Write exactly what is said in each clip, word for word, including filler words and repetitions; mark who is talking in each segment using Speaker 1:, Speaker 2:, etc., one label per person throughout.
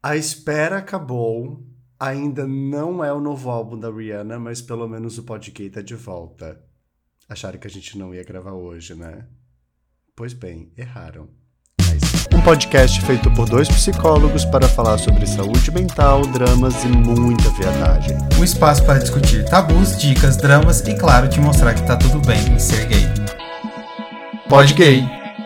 Speaker 1: A espera acabou. Ainda não é o novo álbum da Rihanna, mas pelo menos o Podgay tá de volta. Acharam que a gente não ia gravar hoje, né? Pois bem, erraram. Um podcast feito por dois psicólogos para falar sobre saúde mental, dramas e muita viadagem.
Speaker 2: Um espaço para discutir tabus, dicas, dramas e, claro, te mostrar que tá tudo bem em ser gay. Podgay.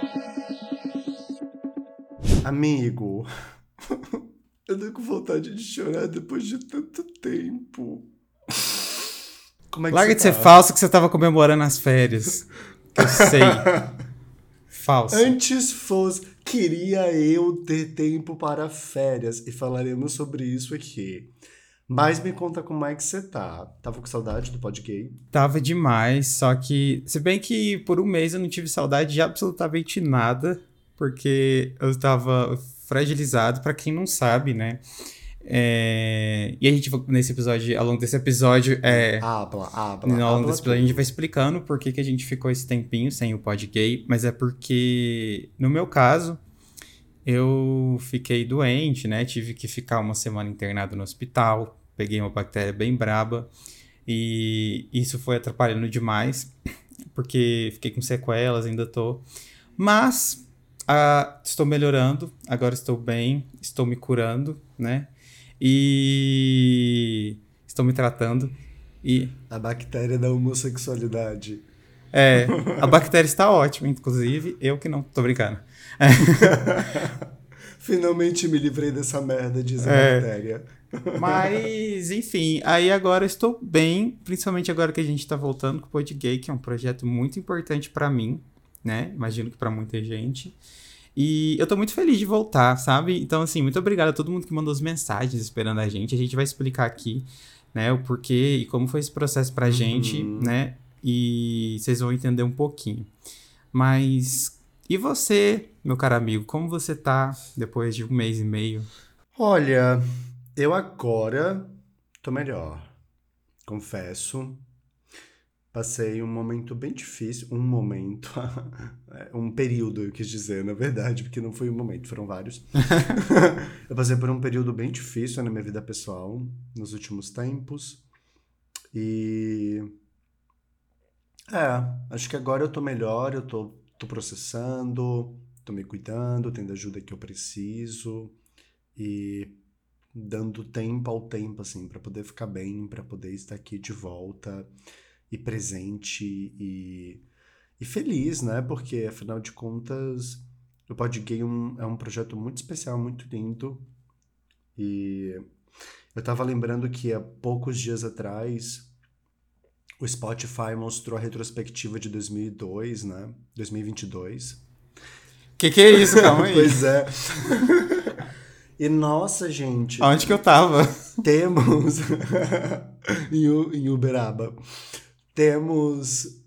Speaker 1: Amigo, eu tô com vontade de chorar depois de tanto tempo. Como é que
Speaker 2: Larga
Speaker 1: você
Speaker 2: de ser
Speaker 1: tá?
Speaker 2: falso que você tava comemorando as férias. Que eu sei. Falso.
Speaker 1: Antes fosse, queria eu ter tempo para férias e falaremos sobre isso aqui. Mas me conta como é que você tá. Tava com saudade do Podgay?
Speaker 2: Tava demais, só que... Se bem que por um mês eu não tive saudade de absolutamente nada, porque eu tava fragilizado, pra quem não sabe, né? É... E a gente, nesse episódio, ao longo desse episódio, é...
Speaker 1: Habla, habla,
Speaker 2: Ao longo
Speaker 1: habla
Speaker 2: desse episódio, a gente
Speaker 1: tudo.
Speaker 2: vai explicando por que, que a gente ficou esse tempinho sem o Podgay, mas é porque, no meu caso, eu fiquei doente, né? Tive que ficar uma semana internado no hospital, peguei uma bactéria bem braba e isso foi atrapalhando demais, porque fiquei com sequelas, ainda tô. Mas ah, estou melhorando, agora estou bem, estou me curando, né? E estou me tratando. E
Speaker 1: A bactéria da homossexualidade.
Speaker 2: é, a bactéria está ótima, inclusive, eu que não, tô brincando.
Speaker 1: Finalmente me livrei dessa merda, diz a
Speaker 2: É,
Speaker 1: bactéria.
Speaker 2: mas, enfim, aí agora eu estou bem, principalmente agora que a gente tá voltando com o Podgay, que é um projeto muito importante pra mim, né? Imagino que pra muita gente. E eu tô muito feliz de voltar, sabe? Então, assim, muito obrigado a todo mundo que mandou as mensagens esperando a gente. A gente vai explicar aqui, né, o porquê e como foi esse processo pra gente,
Speaker 1: Uhum.
Speaker 2: né? E vocês vão entender um pouquinho. Mas, e você, meu caro amigo, como você tá depois de um mês e meio?
Speaker 1: Olha, eu agora tô melhor, confesso. Passei um momento bem difícil, um momento, é, um período, eu quis dizer, na verdade, porque não foi um momento, foram vários. Eu passei por um período bem difícil na minha vida pessoal, nos últimos tempos, e é, acho que agora eu tô melhor, eu tô, tô processando, tô me cuidando, tendo a ajuda que eu preciso, e dando tempo ao tempo, assim, pra poder ficar bem, pra poder estar aqui de volta e presente e, e feliz, né? Porque, afinal de contas, o Podgay é um, é um projeto muito especial, muito lindo. E eu tava lembrando que há poucos dias atrás o Spotify mostrou a retrospectiva de dois mil e dois, né? dois mil e vinte e dois.
Speaker 2: Que que é isso? Calma aí.
Speaker 1: Pois é. E nossa, gente,
Speaker 2: Aonde que eu tava?
Speaker 1: temos em, U- em Uberaba, temos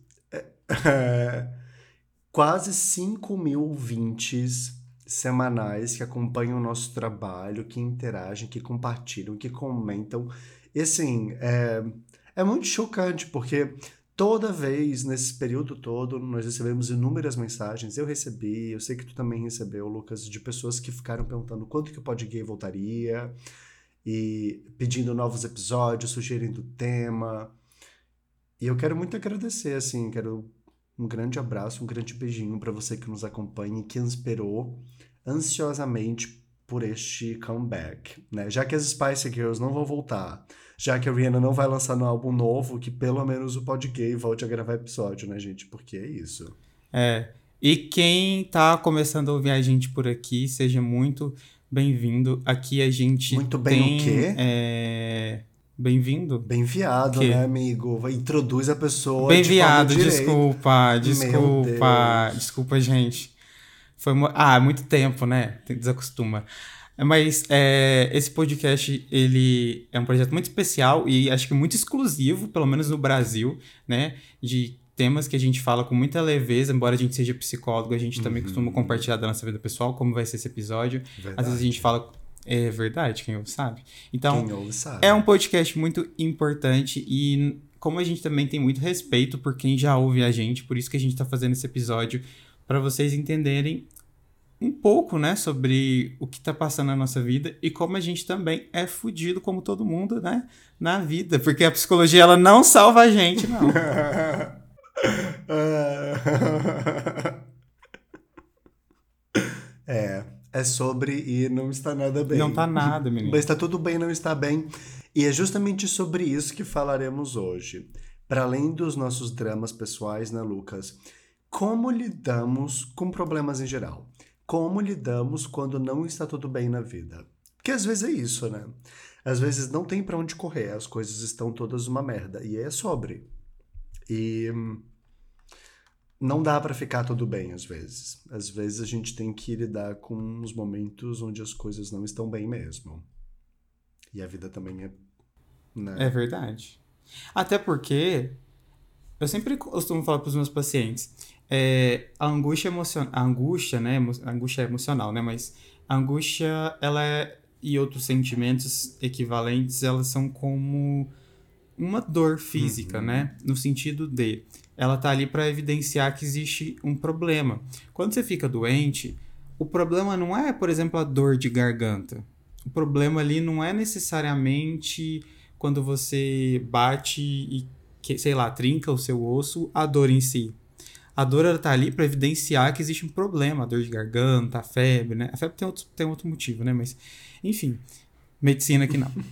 Speaker 1: é, quase cinco mil ouvintes semanais que acompanham o nosso trabalho, que interagem, que compartilham, que comentam. E assim, é, é muito chocante, porque toda vez, nesse período todo, nós recebemos inúmeras mensagens. Eu recebi, eu sei que tu também recebeu, Lucas, de pessoas que ficaram perguntando quando que o Podgay voltaria, e pedindo novos episódios, sugerindo tema. E eu quero muito agradecer, assim, quero um grande abraço, um grande beijinho para você que nos acompanha e que esperou ansiosamente por este comeback, né? Já que as Spice Girls não vão voltar, já que a Rihanna não vai lançar no álbum novo, que pelo menos o Podgay volte a gravar episódio, né, gente? Porque é isso.
Speaker 2: É. E quem tá começando a ouvir a gente por aqui, seja muito bem-vindo. Aqui a gente
Speaker 1: Muito bem o
Speaker 2: tem.
Speaker 1: quê?
Speaker 2: É... Bem-vindo?
Speaker 1: Bem
Speaker 2: O
Speaker 1: viado, né,
Speaker 2: quê?
Speaker 1: amigo? Vai- Introduz a pessoa de forma
Speaker 2: Bem-viado,
Speaker 1: direita.
Speaker 2: desculpa,
Speaker 1: Meu
Speaker 2: desculpa,
Speaker 1: Deus.
Speaker 2: desculpa, gente. Foi mu- ah, muito tempo, né? Tem- Desacostuma. Mas é, esse podcast, ele é um projeto muito especial e acho que muito exclusivo, pelo menos no Brasil, né? De temas que a gente fala com muita leveza, embora a gente seja psicólogo, a gente também costuma
Speaker 1: Uhum,
Speaker 2: compartilhar da nossa vida pessoal, como vai ser esse episódio. Às vezes a gente
Speaker 1: verdade.
Speaker 2: fala... É verdade, quem ouve sabe. Então,
Speaker 1: Quem ouve
Speaker 2: é um
Speaker 1: sabe.
Speaker 2: podcast muito importante e como a gente também tem muito respeito por quem já ouve a gente, por isso que a gente tá fazendo esse episódio, para vocês entenderem um pouco, né, sobre o que tá passando na nossa vida e como a gente também é fudido, como todo mundo, né, na vida. Porque a psicologia, ela não salva a gente, não.
Speaker 1: É, é sobre e não está nada
Speaker 2: Não tá
Speaker 1: bem.
Speaker 2: nada,
Speaker 1: Mas
Speaker 2: menino.
Speaker 1: está tudo bem não está bem. E é justamente sobre isso que falaremos hoje. Para além dos nossos dramas pessoais, né, Lucas? Como lidamos com problemas em geral? Como lidamos quando não está tudo bem na vida? Porque às vezes é isso, né? Às vezes não tem para onde correr, as coisas estão todas uma merda. E é sobre. E não dá pra ficar tudo bem às vezes. Às vezes a gente tem que lidar com os momentos onde as coisas não estão bem mesmo. E a vida também é,
Speaker 2: É
Speaker 1: né?
Speaker 2: verdade. Até porque eu sempre costumo falar para os meus pacientes, é, a angústia emocional, a angústia, né, emo- a angústia é emocional, né, mas a angústia, ela é, e outros sentimentos equivalentes, elas são como uma dor física,
Speaker 1: Uhum.
Speaker 2: né, no sentido de, ela tá ali para evidenciar que existe um problema. Quando você fica doente, o problema não é, por exemplo, a dor de garganta. O problema ali não é necessariamente quando você bate e, que, sei lá, trinca o seu osso, a dor em si. A dor ela tá ali para evidenciar que existe um problema, a dor de garganta, a febre, né? A febre tem outro, tem outro motivo, né? Mas, enfim, medicina que não.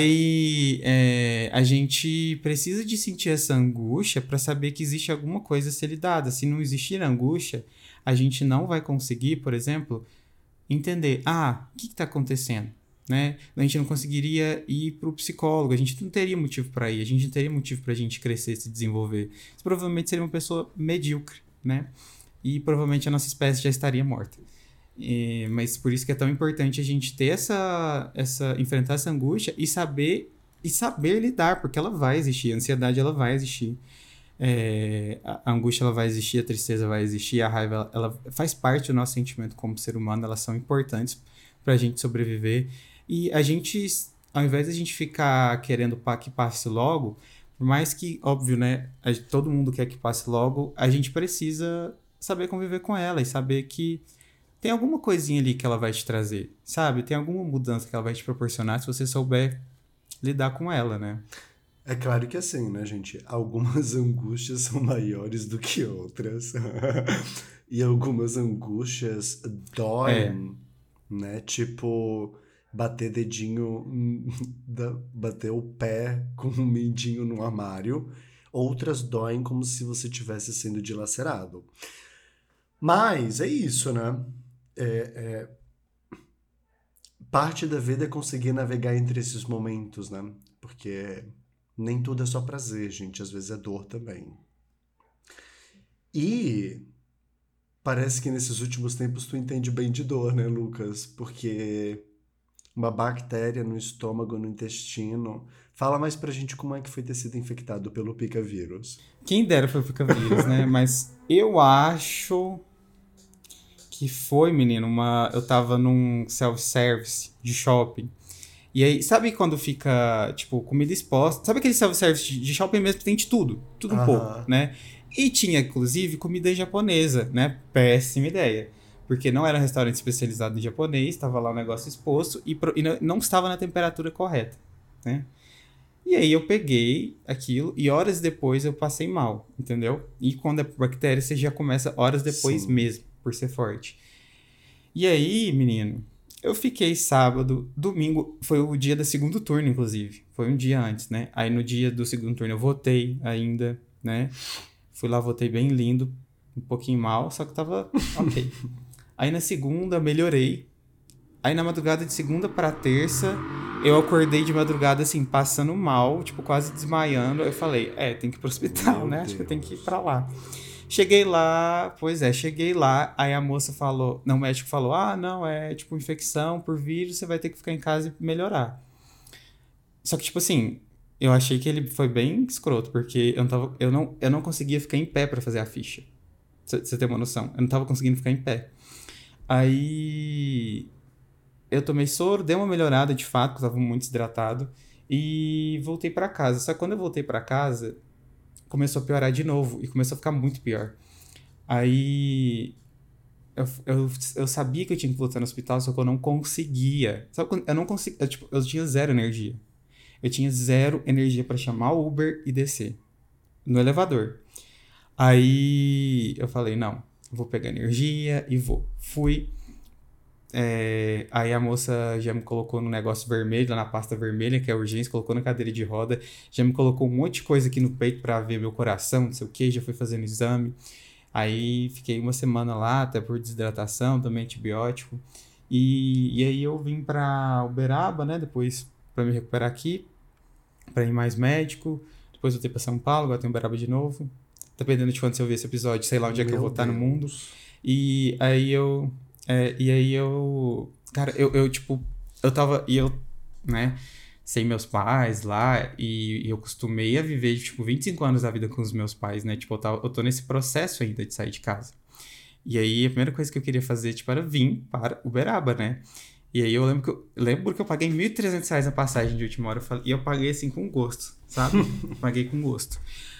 Speaker 2: Aí é, a gente precisa de sentir essa angústia para saber que existe alguma coisa a ser lidada. Se não existir angústia, a gente não vai conseguir, por exemplo, entender, ah, o que está acontecendo? Né? A gente não conseguiria ir para o psicólogo, a gente não teria motivo para ir, a gente não teria motivo para a gente crescer, se desenvolver. Você provavelmente seria uma pessoa medíocre, né? E provavelmente a nossa espécie já estaria morta. E, mas por isso que é tão importante a gente ter essa, essa enfrentar essa angústia e saber e saber lidar, porque ela vai existir, a ansiedade ela vai existir. É, a angústia ela vai existir, a tristeza vai existir, a raiva ela, ela faz parte do nosso sentimento como ser humano, elas são importantes para a gente sobreviver. E a gente, ao invés de a gente ficar querendo pa- que passe logo, por mais que, óbvio, né, a- todo mundo quer que passe logo, a gente precisa saber conviver com ela e saber que tem alguma coisinha ali que ela vai te trazer, sabe? Tem alguma mudança que ela vai te proporcionar se você souber lidar com ela, né?
Speaker 1: É claro que assim, né, gente? Algumas angústias são maiores do que outras. E algumas angústias
Speaker 2: É,
Speaker 1: doem, né? Tipo, bater dedinho, da- bater o pé com um mindinho no armário. Outras doem como se você tivesse sendo dilacerado. Mas é isso, né? Parte da vida é conseguir navegar entre esses momentos, né? Porque nem tudo é só prazer, gente. Às vezes é dor também. E parece que nesses últimos tempos tu entende bem de dor, né, Lucas? Porque uma bactéria no estômago, no intestino. Fala mais pra gente como é que foi ter sido infectado pelo Pica vírus.
Speaker 2: quem dera foi o vírus, né? Mas eu acho que foi, menino, uma. Eu tava num self-service de shopping. E aí, sabe quando fica, tipo, comida exposta? Sabe aquele self-service de de shopping mesmo que tem de tudo? Tudo um pouco,
Speaker 1: Aham.
Speaker 2: né? E tinha, inclusive, comida japonesa, né? Péssima ideia. Porque não era um restaurante especializado em japonês, estava lá o negócio exposto e, pro- e não não estava na temperatura correta, né? E aí eu peguei aquilo e horas depois eu passei mal, entendeu? E quando é bactéria, você já começa horas depois
Speaker 1: Sim.
Speaker 2: mesmo, por ser forte. E aí, menino, eu fiquei sábado, domingo, foi o dia do segundo turno, inclusive. Foi um dia antes, né? Aí no dia do segundo turno eu votei ainda, né? Fui lá, votei bem lindo, um pouquinho mal, só que tava ok. Aí na segunda melhorei. Aí na madrugada de segunda para terça, eu acordei de madrugada assim, passando mal, tipo, quase desmaiando. Aí eu falei, é, tem que ir pro hospital,
Speaker 1: Meu
Speaker 2: né? Acho que eu tenho que ir
Speaker 1: Deus.
Speaker 2: pra lá. Cheguei lá, pois é, cheguei lá, aí a moça falou, não, o médico falou, ah, não, é tipo infecção por vírus, você vai ter que ficar em casa e melhorar. Só que, tipo assim, eu achei que ele foi bem escroto, porque eu não, tava, eu não, eu não conseguia ficar em pé pra fazer a ficha. Pra você ter uma noção. Eu não tava conseguindo ficar em pé. Aí eu tomei soro, dei uma melhorada de fato, porque eu tava muito desidratado, e voltei pra casa. Só que quando eu voltei pra casa, começou a piorar de novo, e começou a ficar muito pior. Aí Eu, eu, eu sabia que eu tinha que voltar no hospital, só que eu não conseguia. Sabe quando eu não conseguia? Eu, tipo, eu tinha zero energia. Eu tinha zero energia pra chamar o Uber e descer no elevador. Aí eu falei, não, vou pegar energia e vou. Fui. É, aí a moça já me colocou no negócio vermelho, na pasta vermelha, que é urgência, colocou na cadeira de roda, já me colocou um monte de coisa aqui no peito pra ver meu coração, não sei o que, já fui fazendo exame. Aí fiquei uma semana lá, até por desidratação, também antibiótico. E, e aí eu vim pra Uberaba, né, depois pra me recuperar aqui, pra ir mais médico. Depois voltei pra São Paulo, agora tenho Uberaba de novo. Dependendo de quando você ouvir esse episódio, sei lá onde é que eu vou
Speaker 1: Meu
Speaker 2: estar no mundo.
Speaker 1: Deus.
Speaker 2: E aí eu. É, e aí eu. Cara, eu, eu, tipo. Eu tava. E eu, né? Sem meus pais lá. E, e eu costumei a viver, tipo, vinte e cinco anos da vida com os meus pais, né? Tipo, eu, tava, eu tô nesse processo ainda de sair de casa. E aí a primeira coisa que eu queria fazer, tipo, era vir para Uberaba, né? E aí eu lembro que eu, lembro que eu paguei mil e trezentos reais na passagem de última hora. Eu falei, e eu paguei assim com gosto, sabe? Paguei com gosto.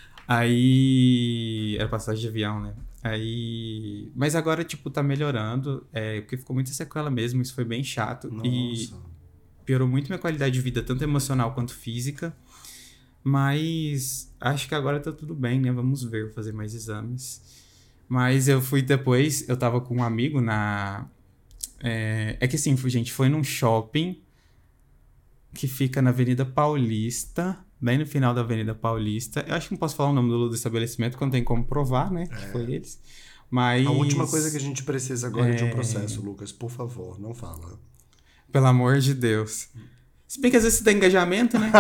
Speaker 2: Aí. Era passagem de avião, né? Aí. Mas agora, tipo, tá melhorando. É, porque ficou muita sequela mesmo. Isso foi bem chato. E
Speaker 1: Nossa.
Speaker 2: piorou muito minha qualidade de vida, tanto emocional quanto física. Mas acho que agora tá tudo bem, né? Vamos ver, vou fazer mais exames. Mas eu fui depois, eu tava com um amigo na. É, é que assim, gente, foi num shopping que fica na Avenida Paulista, bem no final da Avenida Paulista. Eu acho que não posso falar o nome do, do estabelecimento, porque não tem como provar, né? Que foi eles.
Speaker 1: A última coisa que a
Speaker 2: Mas,
Speaker 1: gente precisa agora é de um processo, Lucas. Por favor, não fala.
Speaker 2: pelo amor de Deus. Se bem que às vezes você dá engajamento, né?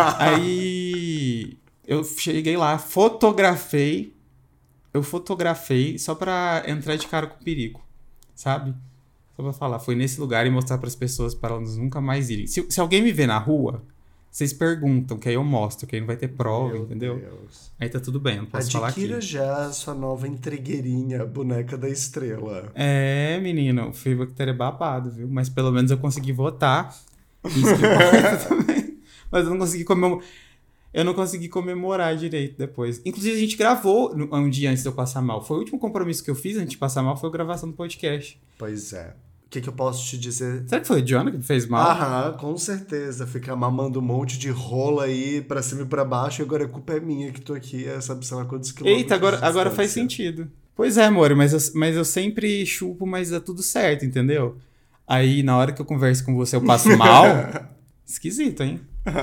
Speaker 2: Aí eu cheguei lá, fotografei. Eu fotografei só pra entrar de cara com o perigo, sabe? Só pra falar, foi nesse lugar e mostrar pras pessoas para elas nunca mais irem. Se, se alguém me vê na rua, vocês perguntam, que aí eu mostro, que aí não vai ter prova,
Speaker 1: Meu
Speaker 2: entendeu?
Speaker 1: Deus.
Speaker 2: Aí tá tudo bem, eu não posso falar
Speaker 1: Adquira
Speaker 2: aqui.
Speaker 1: já a sua nova intrigueirinha, boneca da estrela.
Speaker 2: É, menino, o Fibactéria é babado, viu? Mas pelo menos eu consegui votar. Isso que importa também. Mas eu não consegui comemorar. Eu não consegui comemorar direito depois. Inclusive, a gente gravou no- um dia antes de eu passar mal. Foi o último compromisso que eu fiz antes de passar mal, foi a gravação do podcast.
Speaker 1: Pois é. O que, que eu posso te dizer?
Speaker 2: Será que foi o Jonah que me fez mal?
Speaker 1: Aham, com certeza. Ficar mamando um monte de rola aí pra cima e pra baixo, e agora a culpa é minha que tô aqui, é, sabe, sei lá quantos
Speaker 2: Eita,
Speaker 1: quilômetros
Speaker 2: agora,
Speaker 1: de
Speaker 2: agora faz
Speaker 1: distância.
Speaker 2: sentido. Pois é, amor, mas eu, mas eu sempre chupo, mas dá tudo certo, entendeu? Aí, na hora que eu converso com você, eu passo mal. Esquisito, hein?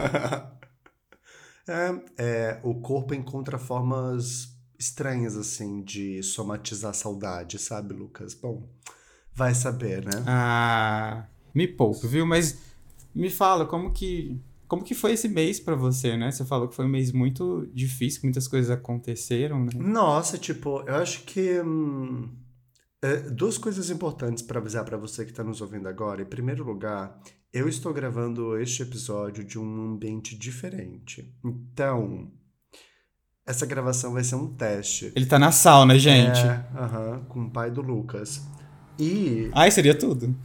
Speaker 1: É, é, o corpo encontra formas estranhas, assim, de somatizar saudade, sabe, Lucas? Bom, vai saber, né?
Speaker 2: Ah, me poupe, viu? Mas me fala, como que, como que foi esse mês pra você, né? Você falou que foi um mês muito difícil, que muitas coisas aconteceram, né?
Speaker 1: Nossa, tipo, eu acho que hum, é, duas coisas importantes para avisar para você que está nos ouvindo agora. Em primeiro lugar, eu estou gravando este episódio de um ambiente diferente. Então, essa gravação vai ser um teste.
Speaker 2: Ele tá na sauna, gente.
Speaker 1: É, aham, com o pai do Lucas. E.
Speaker 2: Ai, seria tudo.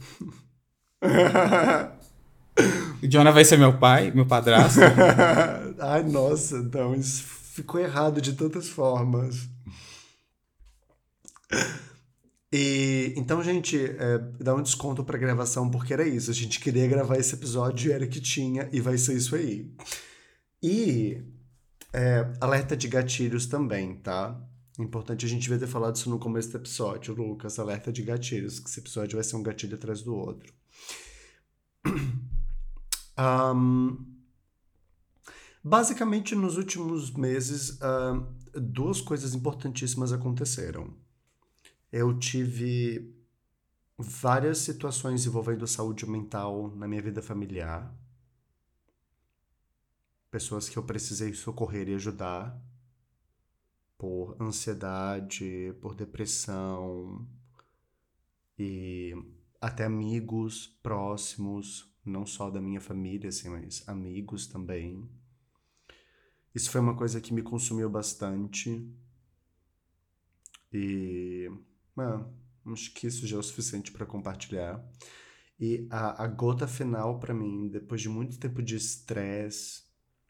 Speaker 2: O Jonah vai ser meu pai, meu padrasto.
Speaker 1: Ai, nossa, não, isso ficou errado de tantas formas. E então, gente, é, dá um desconto pra gravação porque era isso. A gente queria gravar esse episódio e era o que tinha, e vai ser isso aí. E é, alerta de gatilhos também, tá? Importante a gente devia ter falado isso no começo do episódio, Lucas. Alerta de gatilhos, que esse episódio vai ser um gatilho atrás do outro. Ahn, basicamente, nos últimos meses, ahn, duas coisas importantíssimas aconteceram. Eu tive várias situações envolvendo saúde mental na minha vida familiar. Pessoas que eu precisei socorrer e ajudar por ansiedade, por depressão e até amigos próximos, não só da minha família, assim, mas amigos também. Isso foi uma coisa que me consumiu bastante e ah, acho que isso já é o suficiente para compartilhar. E a, a gota final para mim, depois de muito tempo de estresse,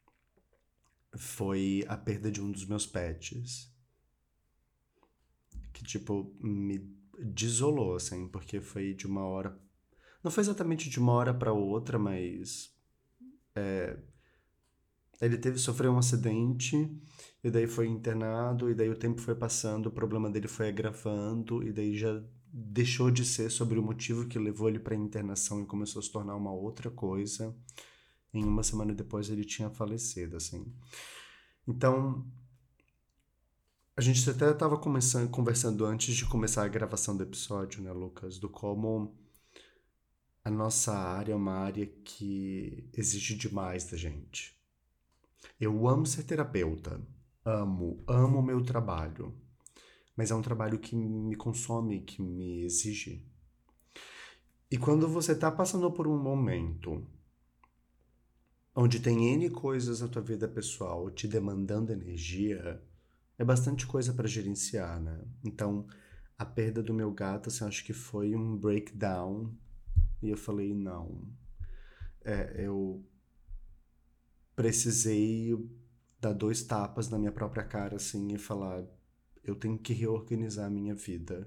Speaker 1: foi a perda de um dos meus pets. Que, tipo, me, desolou, assim, porque foi de uma hora... Não foi exatamente de uma hora para outra, mas... É, ele teve, sofreu um acidente, e daí foi internado, e daí o tempo foi passando, o problema dele foi agravando, e daí já deixou de ser sobre o motivo que levou ele para internação e começou a se tornar uma outra coisa. Em uma semana depois ele tinha falecido, assim. Então, a gente até estava conversando antes de começar a gravação do episódio, né, Lucas, do como a nossa área é uma área que exige demais da gente. Eu amo ser terapeuta, amo, amo o meu trabalho, mas é um trabalho que me consome, que me exige. E quando você está passando por um momento onde tem N coisas na tua vida pessoal te demandando energia, é bastante coisa para gerenciar, né? Então, a perda do meu gato, assim, acho que foi um breakdown. E eu falei, não. É, eu precisei dar dois tapas na minha própria cara, assim, e falar, eu tenho que reorganizar a minha vida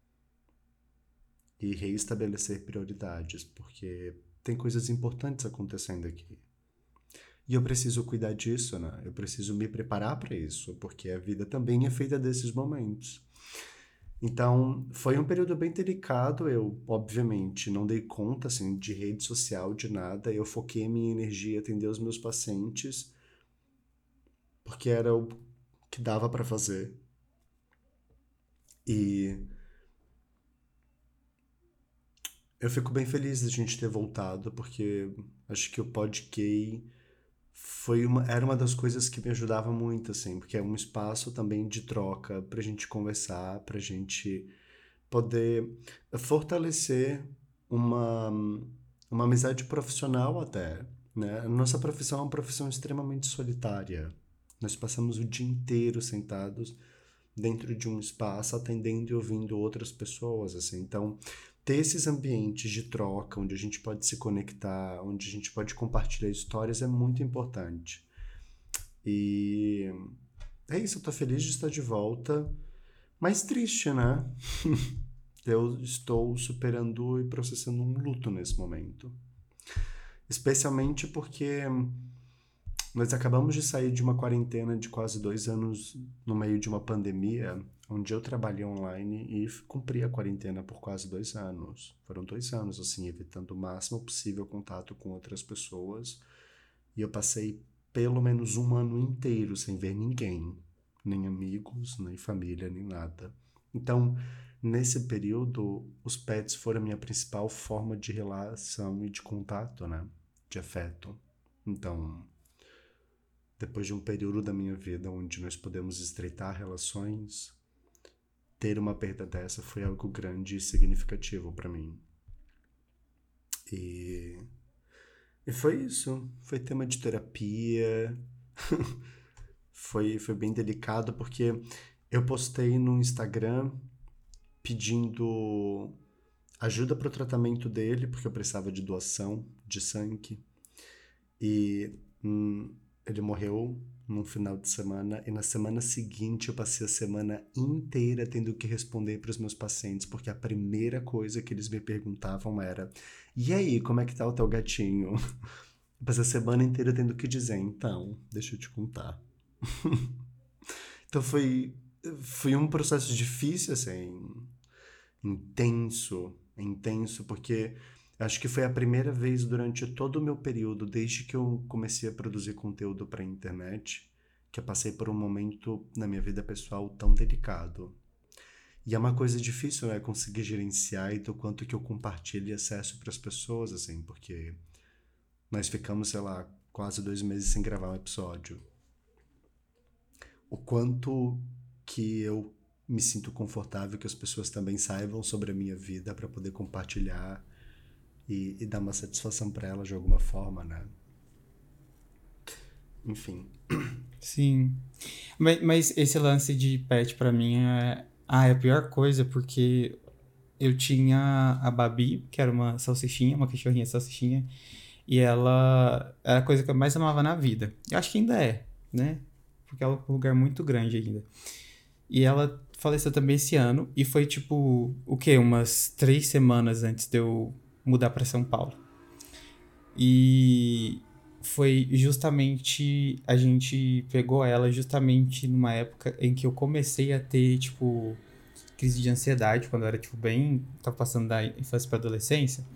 Speaker 1: e reestabelecer prioridades, porque tem coisas importantes acontecendo aqui. E eu preciso cuidar disso, né? Eu preciso me preparar para isso, porque a vida também é feita desses momentos. Então, foi um período bem delicado. Eu, obviamente, não dei conta, assim, de rede social, de nada. Eu foquei minha energia em atender os meus pacientes, porque era o que dava para fazer. E eu fico bem feliz de a gente ter voltado, porque acho que o podcast foi uma, era uma das coisas que me ajudava muito, assim, porque é um espaço também de troca pra gente conversar, pra gente poder fortalecer uma, uma amizade profissional até, né? A nossa profissão é uma profissão extremamente solitária. Nós passamos o dia inteiro sentados dentro de um espaço atendendo e ouvindo outras pessoas, assim. Então, ter esses ambientes de troca onde a gente pode se conectar, onde a gente pode compartilhar histórias é muito importante. E é isso, eu tô feliz de estar de volta, mas triste, né? Eu estou superando e processando um luto nesse momento. Especialmente porque nós acabamos de sair de uma quarentena de quase dois anos no meio de uma pandemia, onde eu trabalhei online e cumpri a quarentena por quase dois anos. Foram dois anos, assim, evitando o máximo possível contato com outras pessoas. E eu passei pelo menos um ano inteiro sem ver ninguém, nem amigos, nem família, nem nada. Então, nesse período, os pets foram a minha principal forma de relação e de contato, né? De afeto. Então, depois de um período da minha vida onde nós podemos estreitar relações, ter uma perda dessa foi algo grande e significativo para mim. E, e foi isso. Foi tema de terapia. foi, foi bem delicado porque eu postei no Instagram pedindo ajuda para o tratamento dele, porque eu precisava de doação de sangue. E hum, ele morreu num final de semana, e na semana seguinte eu passei a semana inteira tendo que responder para os meus pacientes, porque a primeira coisa que eles me perguntavam era: e aí, como é que tá o teu gatinho? Eu passei a semana inteira tendo que dizer, então, deixa eu te contar. Então foi, foi um processo difícil, assim, intenso, intenso, porque acho que foi a primeira vez durante todo o meu período, desde que eu comecei a produzir conteúdo para a internet, que eu passei por um momento na minha vida pessoal tão delicado. E é uma coisa difícil, né, conseguir gerenciar e do quanto que eu compartilho e acesso para as pessoas, assim, porque nós ficamos, sei lá, quase dois meses sem gravar um episódio. O quanto que eu me sinto confortável que as pessoas também saibam sobre a minha vida para poder compartilhar e, e dar uma satisfação para elas de alguma forma, né? Enfim.
Speaker 2: Sim. Mas, mas esse lance de pet pra mim é, ah, é a pior coisa, porque eu tinha a Babi, que era uma salsichinha, uma cachorrinha salsichinha, e ela era a coisa que eu mais amava na vida. Eu acho que ainda é, né? Porque ela é um lugar muito grande ainda. E ela faleceu também esse ano. E foi, tipo, o quê? Umas três semanas antes de eu mudar pra São Paulo. E foi justamente... A gente pegou ela justamente numa época em que eu comecei a ter, tipo, crise de ansiedade. Quando eu era, tipo, bem... Tava passando da infância pra adolescência.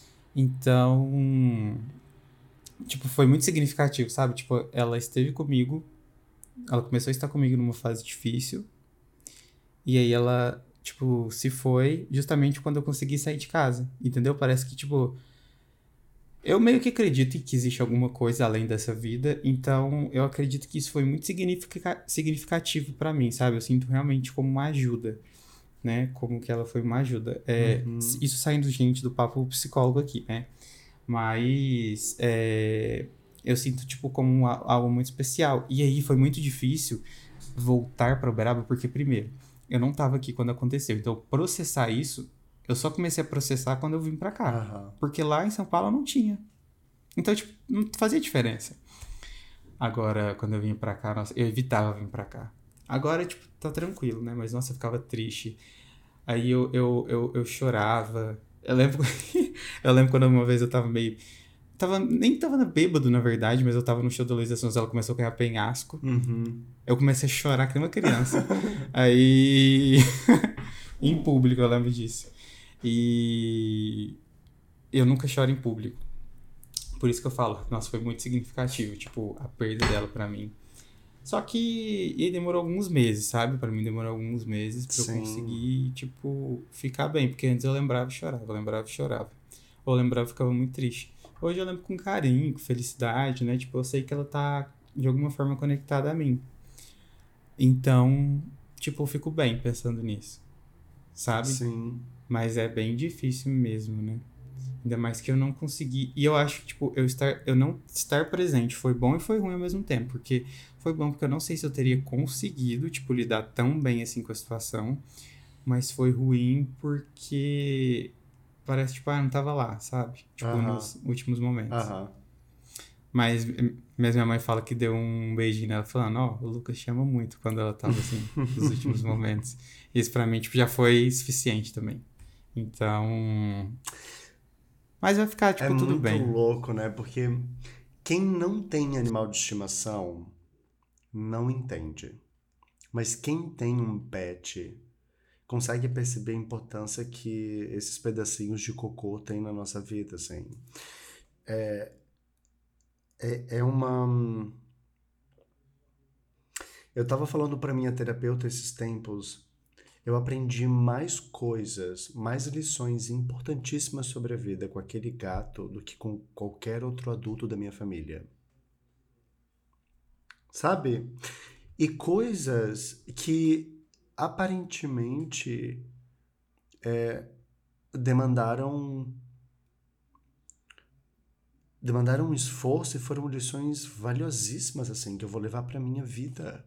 Speaker 2: Então... Tipo, foi muito significativo, sabe? Tipo, ela esteve comigo... Ela começou a estar comigo numa fase difícil. E aí ela, tipo, se foi justamente quando eu consegui sair de casa, entendeu? Parece que, tipo, eu meio que acredito que existe alguma coisa além dessa vida, então eu acredito que isso foi muito significa significativo pra mim, sabe? Eu sinto realmente como uma ajuda, né? Como que ela foi uma ajuda. É,
Speaker 1: Uhum.
Speaker 2: isso saindo, gente, do papo psicólogo aqui, né? Mas é, eu sinto, tipo, como uma- algo muito especial. E aí foi muito difícil voltar para Uberaba, porque, primeiro, eu não tava aqui quando aconteceu. Então, processar isso, eu só comecei a processar quando eu vim para cá.
Speaker 1: Aham.
Speaker 2: Porque lá em São Paulo eu não tinha. Então, tipo, não fazia diferença. Agora, quando eu vim pra cá, nossa, eu evitava vir pra cá. Agora, tipo, tá tranquilo, né? Mas, nossa, eu ficava triste. Aí eu, eu, eu, eu chorava. Eu lembro, eu lembro quando uma vez eu tava meio. Tava, nem tava bêbado, na verdade, mas eu tava no show da Luísa Sonza, ela começou a ganhar penhasco.
Speaker 1: Uhum.
Speaker 2: Eu comecei a chorar que nem uma criança. Aí. Em público, eu lembro disso. E. Eu nunca choro em público. Por isso que eu falo, nossa, foi muito significativo, tipo, a perda dela pra mim. Só que. E aí demorou alguns meses, sabe? Pra mim demorou alguns meses pra eu
Speaker 1: Sim.
Speaker 2: conseguir, tipo, ficar bem. Porque antes eu lembrava e chorava, eu lembrava e chorava. Ou eu lembrava e ficava muito triste. Hoje eu lembro com carinho, com felicidade, né? Tipo, eu sei que ela tá de alguma forma conectada a mim. Então, tipo, eu fico bem pensando nisso, sabe?
Speaker 1: Sim.
Speaker 2: Mas é bem difícil mesmo, né? Ainda mais que eu não consegui. E eu acho que, tipo, eu, estar, eu não estar presente foi bom e foi ruim ao mesmo tempo. Porque foi bom porque eu não sei se eu teria conseguido, tipo, lidar tão bem assim com a situação. Mas foi ruim porque parece, tipo, ah, não tava lá, sabe? Tipo,
Speaker 1: Aham.
Speaker 2: nos últimos momentos.
Speaker 1: Aham.
Speaker 2: Mas mesmo minha mãe fala que deu um beijinho nela, falando, ó, o Lucas te ama muito quando ela tava assim, nos últimos momentos. Isso pra mim, tipo, já foi suficiente também. Então. Mas vai ficar,
Speaker 1: É
Speaker 2: tipo, tudo
Speaker 1: muito
Speaker 2: bem.
Speaker 1: louco, né? Porque quem não tem animal de estimação não entende. Mas quem tem um pet consegue perceber a importância que esses pedacinhos de cocô têm na nossa vida, assim. É, é uma. Eu tava falando pra minha terapeuta esses tempos, eu aprendi mais coisas, mais lições importantíssimas sobre a vida com aquele gato do que com qualquer outro adulto da minha família. Sabe? E coisas que aparentemente demandaram demandaram um esforço e foram lições valiosíssimas assim que eu vou levar para minha vida,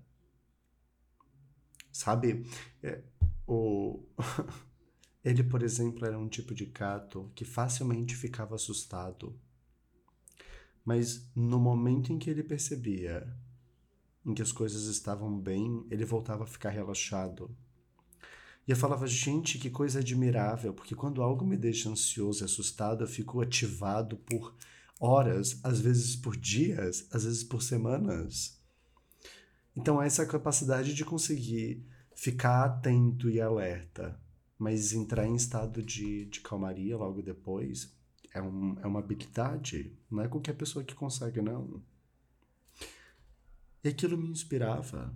Speaker 1: sabe? É, o ele, por exemplo, era um tipo de gato que facilmente ficava assustado, mas no momento em que ele percebia em que as coisas estavam bem, ele voltava a ficar relaxado. E eu falava, gente, que coisa admirável, porque quando algo me deixa ansioso e assustado, eu fico ativado por horas, às vezes por dias, às vezes por semanas. Então, essa capacidade de conseguir ficar atento e alerta, mas entrar em estado de, de calmaria logo depois, é, um, é uma habilidade. Não é qualquer pessoa que consegue, não. E aquilo me inspirava,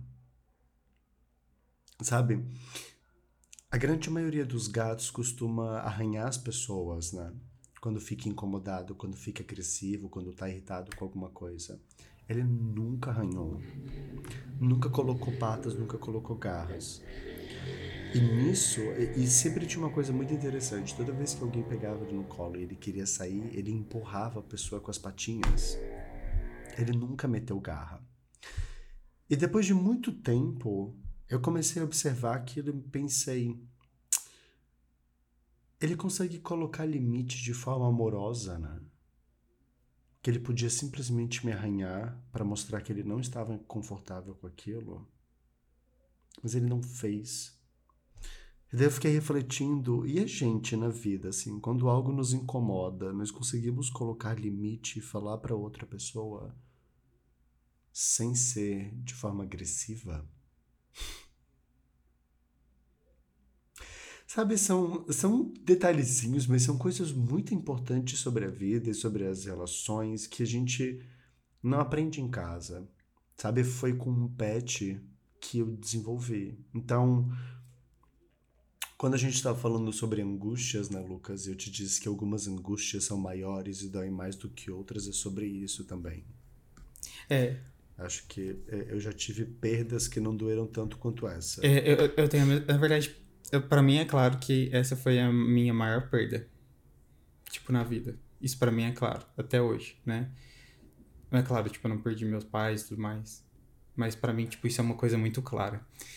Speaker 1: sabe? A grande maioria dos gatos costuma arranhar as pessoas, né? Quando fica incomodado, quando fica agressivo, quando tá irritado com alguma coisa. Ele nunca arranhou, nunca colocou patas, nunca colocou garras. E nisso, e, e sempre tinha uma coisa muito interessante. Toda vez que alguém pegava ele no colo e ele queria sair, ele empurrava a pessoa com as patinhas. Ele nunca meteu garra. E depois de muito tempo, eu comecei a observar aquilo e pensei, ele consegue colocar limites de forma amorosa, né? Que ele podia simplesmente me arranhar para mostrar que ele não estava confortável com aquilo, mas ele não fez. E daí eu fiquei refletindo, e a gente na vida, assim, quando algo nos incomoda, nós conseguimos colocar limite e falar para outra pessoa sem ser de forma agressiva? Sabe, são, são detalhezinhos, mas são coisas muito importantes sobre a vida e sobre as relações que a gente não aprende em casa. Sabe, foi com um pet que eu desenvolvi. Então, quando a gente estava falando sobre angústias, né, Lucas? Eu te disse que algumas angústias são maiores e doem mais do que outras, é sobre isso também.
Speaker 2: É,
Speaker 1: Acho que é, eu já tive perdas que não doeram tanto quanto essa.
Speaker 2: é, eu, eu tenho, a mes- na verdade, eu, pra mim é claro que essa foi a minha maior perda, tipo, na vida. Isso pra mim é claro, até hoje, né? Não é claro, tipo, eu não perdi meus pais e tudo mais. Mas pra mim, tipo, isso é uma coisa muito clara.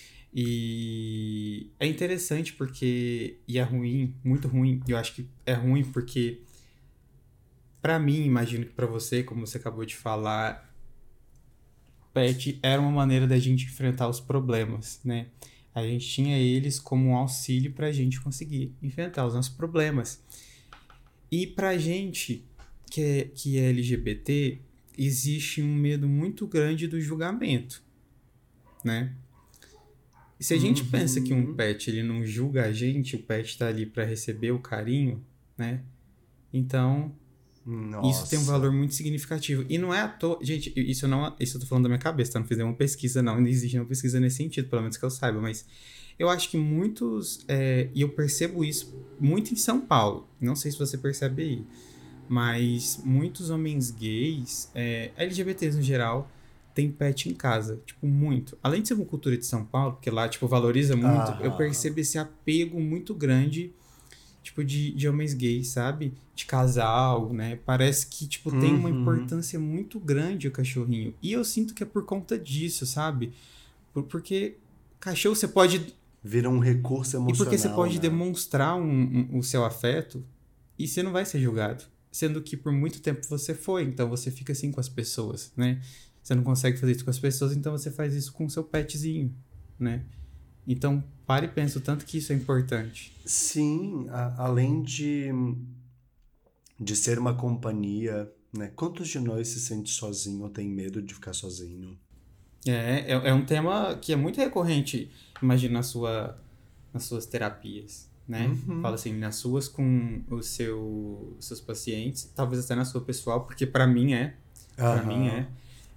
Speaker 2: E é interessante porque, e é ruim, muito ruim. Eu acho que é ruim porque, pra mim, imagino que pra você, como você acabou de falar, pet era uma maneira da gente enfrentar os problemas, né? A gente tinha eles como um auxílio pra gente conseguir enfrentar os nossos problemas. E pra gente que é, que é L G B T, existe um medo muito grande do julgamento, né? E se a gente pensa que um
Speaker 1: Uhum.
Speaker 2: pet ele não julga a gente, o pet está ali para receber o carinho, né? Então, isso tem um valor
Speaker 1: Nossa.
Speaker 2: muito significativo. E não é à toa. Gente, isso não, isso eu tô falando da minha cabeça, tá? Não fiz nenhuma pesquisa, não. Não existe nenhuma pesquisa nesse sentido, pelo menos que eu saiba. Mas eu acho que muitos. É, e eu percebo isso muito em São Paulo. Não sei se você percebe aí. Mas muitos homens gays, é, L G B Ts no geral, têm pet em casa. Tipo, muito. Além de ser uma cultura de São Paulo, porque lá, tipo, valoriza muito, eu
Speaker 1: Aham.
Speaker 2: percebo esse apego muito grande, tipo, de, de homens gays, sabe? De casal, né? Parece que, tipo, tem uma
Speaker 1: Uhum.
Speaker 2: importância muito grande o cachorrinho. E eu sinto que é por conta disso, sabe? Por- porque cachorro você pode.
Speaker 1: Vira um recurso
Speaker 2: E porque você
Speaker 1: emocional,
Speaker 2: pode
Speaker 1: né?
Speaker 2: demonstrar um, um- o seu afeto e você não vai ser julgado. Sendo que por muito tempo você foi, então você fica assim com as pessoas, né? Você não consegue fazer isso com as pessoas, então você faz isso com o seu petzinho, né? Então, pare e pensa o tanto que isso é importante.
Speaker 1: Sim, a- além de, de ser uma companhia, né? Quantos de nós se sente sozinho ou tem medo de ficar sozinho?
Speaker 2: É, é, é um tema que é muito recorrente, imagina, na sua, nas suas terapias, né? Fala
Speaker 1: Uhum.
Speaker 2: assim, nas suas com os seu, seus pacientes, talvez até na sua pessoal, porque para mim é, para mim
Speaker 1: Aham.
Speaker 2: é.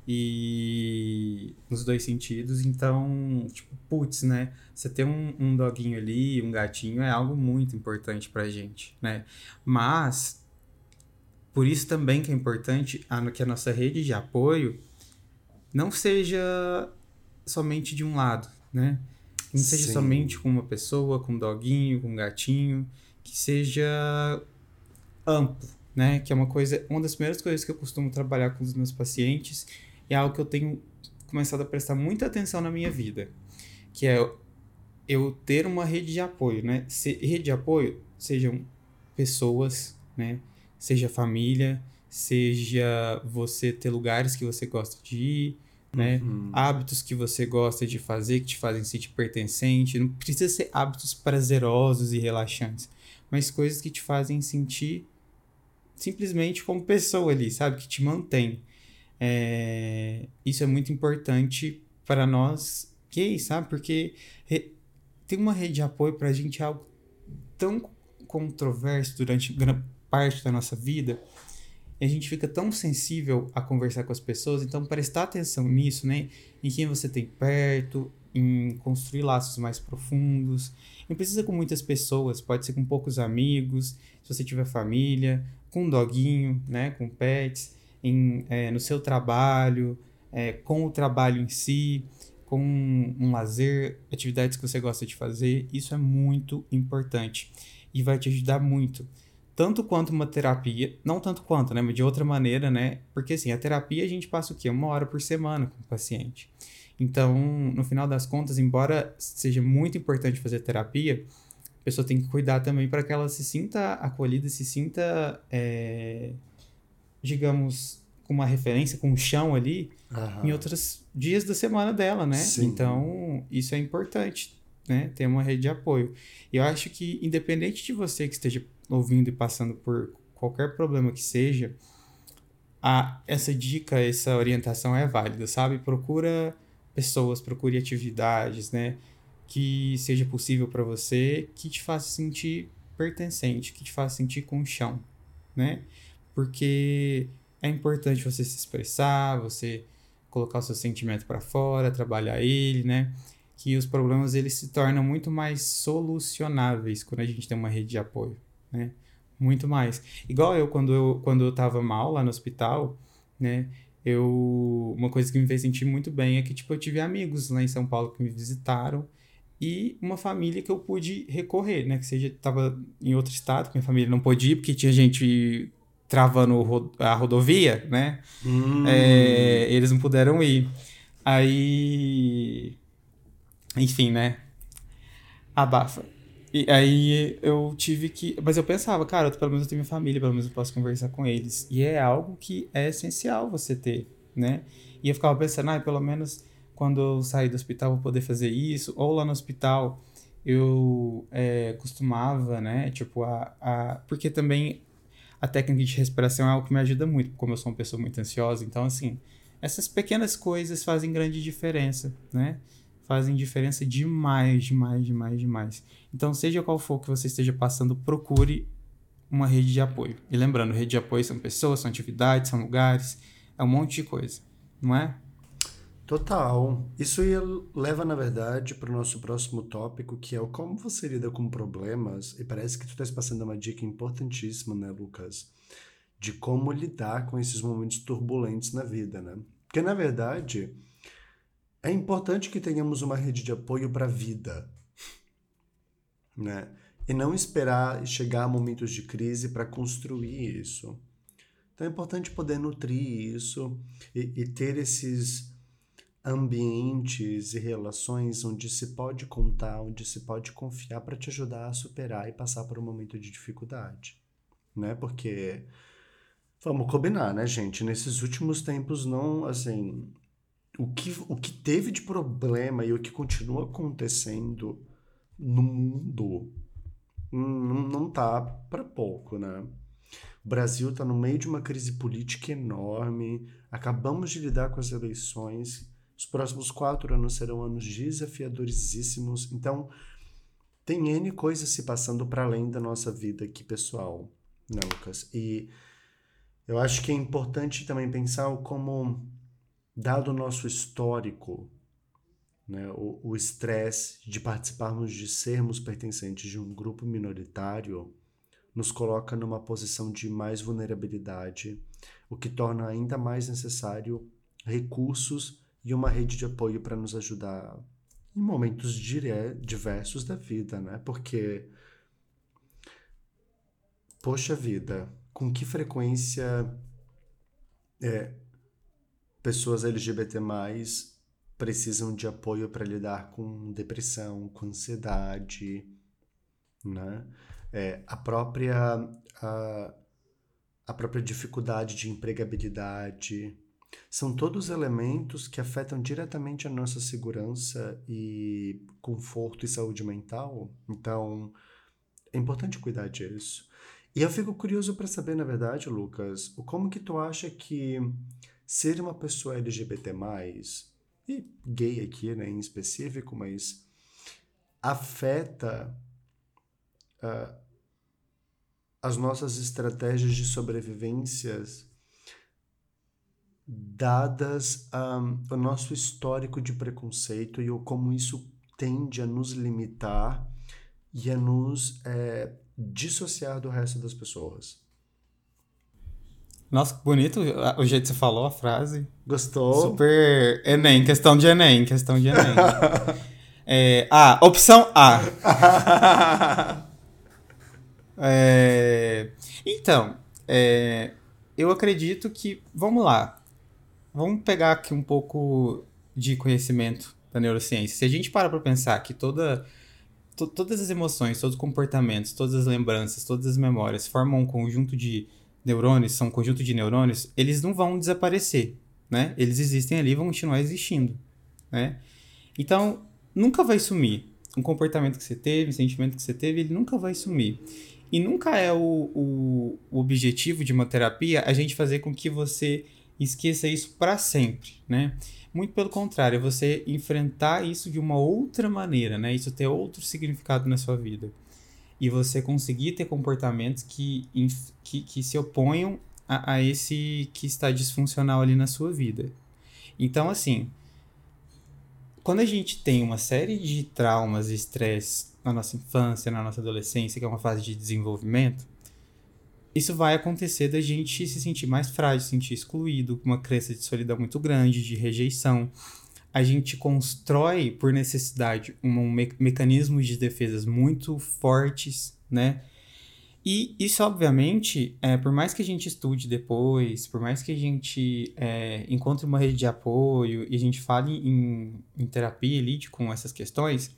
Speaker 2: E nos dois sentidos, então, tipo, putz, né? Você ter um, um doguinho ali, um gatinho, é algo muito importante pra gente, né? Mas, por isso também que é importante a, que a nossa rede de apoio não seja somente de um lado, né? Que não seja somente
Speaker 1: Sim.
Speaker 2: com uma pessoa, com um doguinho, com um gatinho, que seja amplo, né? Que é uma coisa, uma das primeiras coisas que eu costumo trabalhar com os meus pacientes e é algo que eu tenho começado a prestar muita atenção na minha vida, que é eu ter uma rede de apoio, né? Se, rede de apoio sejam pessoas, né? Seja família, seja você ter lugares que você gosta de ir, né?
Speaker 1: Uhum.
Speaker 2: Hábitos que você gosta de fazer que te fazem sentir pertencente. Não precisa ser hábitos prazerosos e relaxantes, mas coisas que te fazem sentir simplesmente como pessoa ali, sabe? Que te mantém. É, isso é muito importante para nós gays, sabe? Porque re- ter uma rede de apoio pra gente é algo tão controverso durante gran parte da nossa vida. E a gente fica tão sensível a conversar com as pessoas, então prestar atenção nisso, né? Em quem você tem perto, em construir laços mais profundos. Não precisa com muitas pessoas, pode ser com poucos amigos, se você tiver família, com um doguinho, né? Com pets, em, é, no seu trabalho, é, com o trabalho em si, com um, um lazer, atividades que você gosta de fazer. Isso é muito importante e vai te ajudar muito tanto quanto uma terapia, não tanto quanto, né, mas de outra maneira, né, porque assim, a terapia a gente passa o quê? Uma hora por semana com o paciente. Então, no final das contas, embora seja muito importante fazer terapia, a pessoa tem que cuidar também para que ela se sinta acolhida, se sinta, é, digamos, com uma referência, com um chão ali, em
Speaker 1: Aham.
Speaker 2: outros dias da semana dela, né?
Speaker 1: Sim.
Speaker 2: Então, isso é importante. né? Ter uma rede de apoio. E eu acho que, independente de você que esteja ouvindo e passando por qualquer problema que seja, a, essa dica, essa orientação é válida, sabe? Procura pessoas, procure atividades, né? Que seja possível para você, que te faça sentir pertencente, que te faça sentir com o chão, né? Porque é importante você se expressar, você colocar o seu sentimento para fora, trabalhar ele, né? Que os problemas eles se tornam muito mais solucionáveis quando a gente tem uma rede de apoio, né? Muito mais. Igual eu, quando eu, quando eu tava mal lá no hospital, né? Eu, uma coisa que me fez sentir muito bem é que, tipo, eu tive amigos lá em São Paulo que me visitaram e uma família que eu pude recorrer, né? Que seja, tava em outro estado, que minha família não pôde ir, porque tinha gente travando a rodovia, né? É,
Speaker 1: Hum.
Speaker 2: eles não puderam ir. Aí, enfim, né? Abafa. E aí eu tive que. Mas eu pensava, cara, pelo menos eu tenho minha família, pelo menos eu posso conversar com eles. E é algo que é essencial você ter, né? E eu ficava pensando, ah, pelo menos quando eu sair do hospital eu vou poder fazer isso. Ou lá no hospital eu é, costumava, né? Tipo, a, a. Porque também a técnica de respiração é algo que me ajuda muito, como eu sou uma pessoa muito ansiosa. Então, assim, essas pequenas coisas fazem grande diferença, né? Fazem diferença demais, demais, demais, demais. Então, seja qual for que você esteja passando, procure uma rede de apoio. E lembrando, rede de apoio são pessoas, são atividades, são lugares, é um monte de coisa, não é?
Speaker 1: Total. Isso ia- leva, na verdade, para o nosso próximo tópico, que é o como você lida com problemas. E parece que tu estás passando uma dica importantíssima, né, Lucas? De como lidar com esses momentos turbulentos na vida, né? Porque, na verdade, é importante que tenhamos uma rede de apoio para a vida, né? E não esperar chegar a momentos de crise para construir isso. Então é importante poder nutrir isso e, e ter esses ambientes e relações onde se pode contar, onde se pode confiar para te ajudar a superar e passar por um momento de dificuldade, né? Porque vamos combinar, né, gente? Nesses últimos tempos não, assim, o que o que teve de problema e o que continua acontecendo no mundo não, não tá para pouco, né? O Brasil está no meio de uma crise política enorme. Acabamos de lidar com as eleições. Os próximos quatro anos serão anos desafiadoríssimos. Então, tem N coisas se passando para além da nossa vida aqui, pessoal, né, Lucas? E eu acho que é importante também pensar o como, dado o nosso histórico, né, o o estresse de participarmos, de sermos pertencentes de um grupo minoritário, nos coloca numa posição de mais vulnerabilidade, o que torna ainda mais necessário recursos e uma rede de apoio para nos ajudar em momentos dire- diversos da vida, né? Porque, poxa vida, com que frequência pessoas L G B T mais precisam de apoio para lidar com depressão, com ansiedade, né? É, a própria a, a própria dificuldade de empregabilidade. São todos elementos que afetam diretamente a nossa segurança e conforto e saúde mental. Então, é importante cuidar disso. E eu fico curioso para saber, na verdade, Lucas, o como que tu acha que ser uma pessoa L G B T mais, e gay aqui, né, em específico, mas afeta as nossas estratégias de sobrevivências dadas um, o nosso histórico de preconceito e o como isso tende a nos limitar e a nos é, dissociar do resto das pessoas.
Speaker 2: Nossa, que bonito o jeito que você falou a frase.
Speaker 1: Gostou?
Speaker 2: Super Enem, questão de Enem, questão de Enem. É, A, opção A. É, então, é, eu acredito que, vamos lá, vamos pegar aqui um pouco de conhecimento da neurociência. Se a gente para para pensar que toda, to- todas as emoções, todos os comportamentos, todas as lembranças, todas as memórias formam um conjunto de neurônios, são um conjunto de neurônios, eles não vão desaparecer, né? Eles existem ali e vão continuar existindo, né? Então, nunca vai sumir. um comportamento que você teve, um sentimento que você teve, ele nunca vai sumir. E nunca é o, o, o objetivo de uma terapia a gente fazer com que você esqueça isso para sempre, né? Muito pelo contrário, é você enfrentar isso de uma outra maneira, né? Isso ter outro significado na sua vida. E você conseguir ter comportamentos que, que, que se oponham a, a esse que está disfuncional ali na sua vida. Então, assim, quando a gente tem uma série de traumas e estresse na nossa infância, na nossa adolescência, que é uma fase de desenvolvimento, isso vai acontecer da gente se sentir mais frágil, se sentir excluído, com uma crença de solidão muito grande, de rejeição. A gente constrói, por necessidade, um, um me- mecanismos de defesas muito fortes, né? E isso, obviamente, é, por mais que a gente estude depois, por mais que a gente é, encontre uma rede de apoio e a gente fale em, em terapia, lide com essas questões,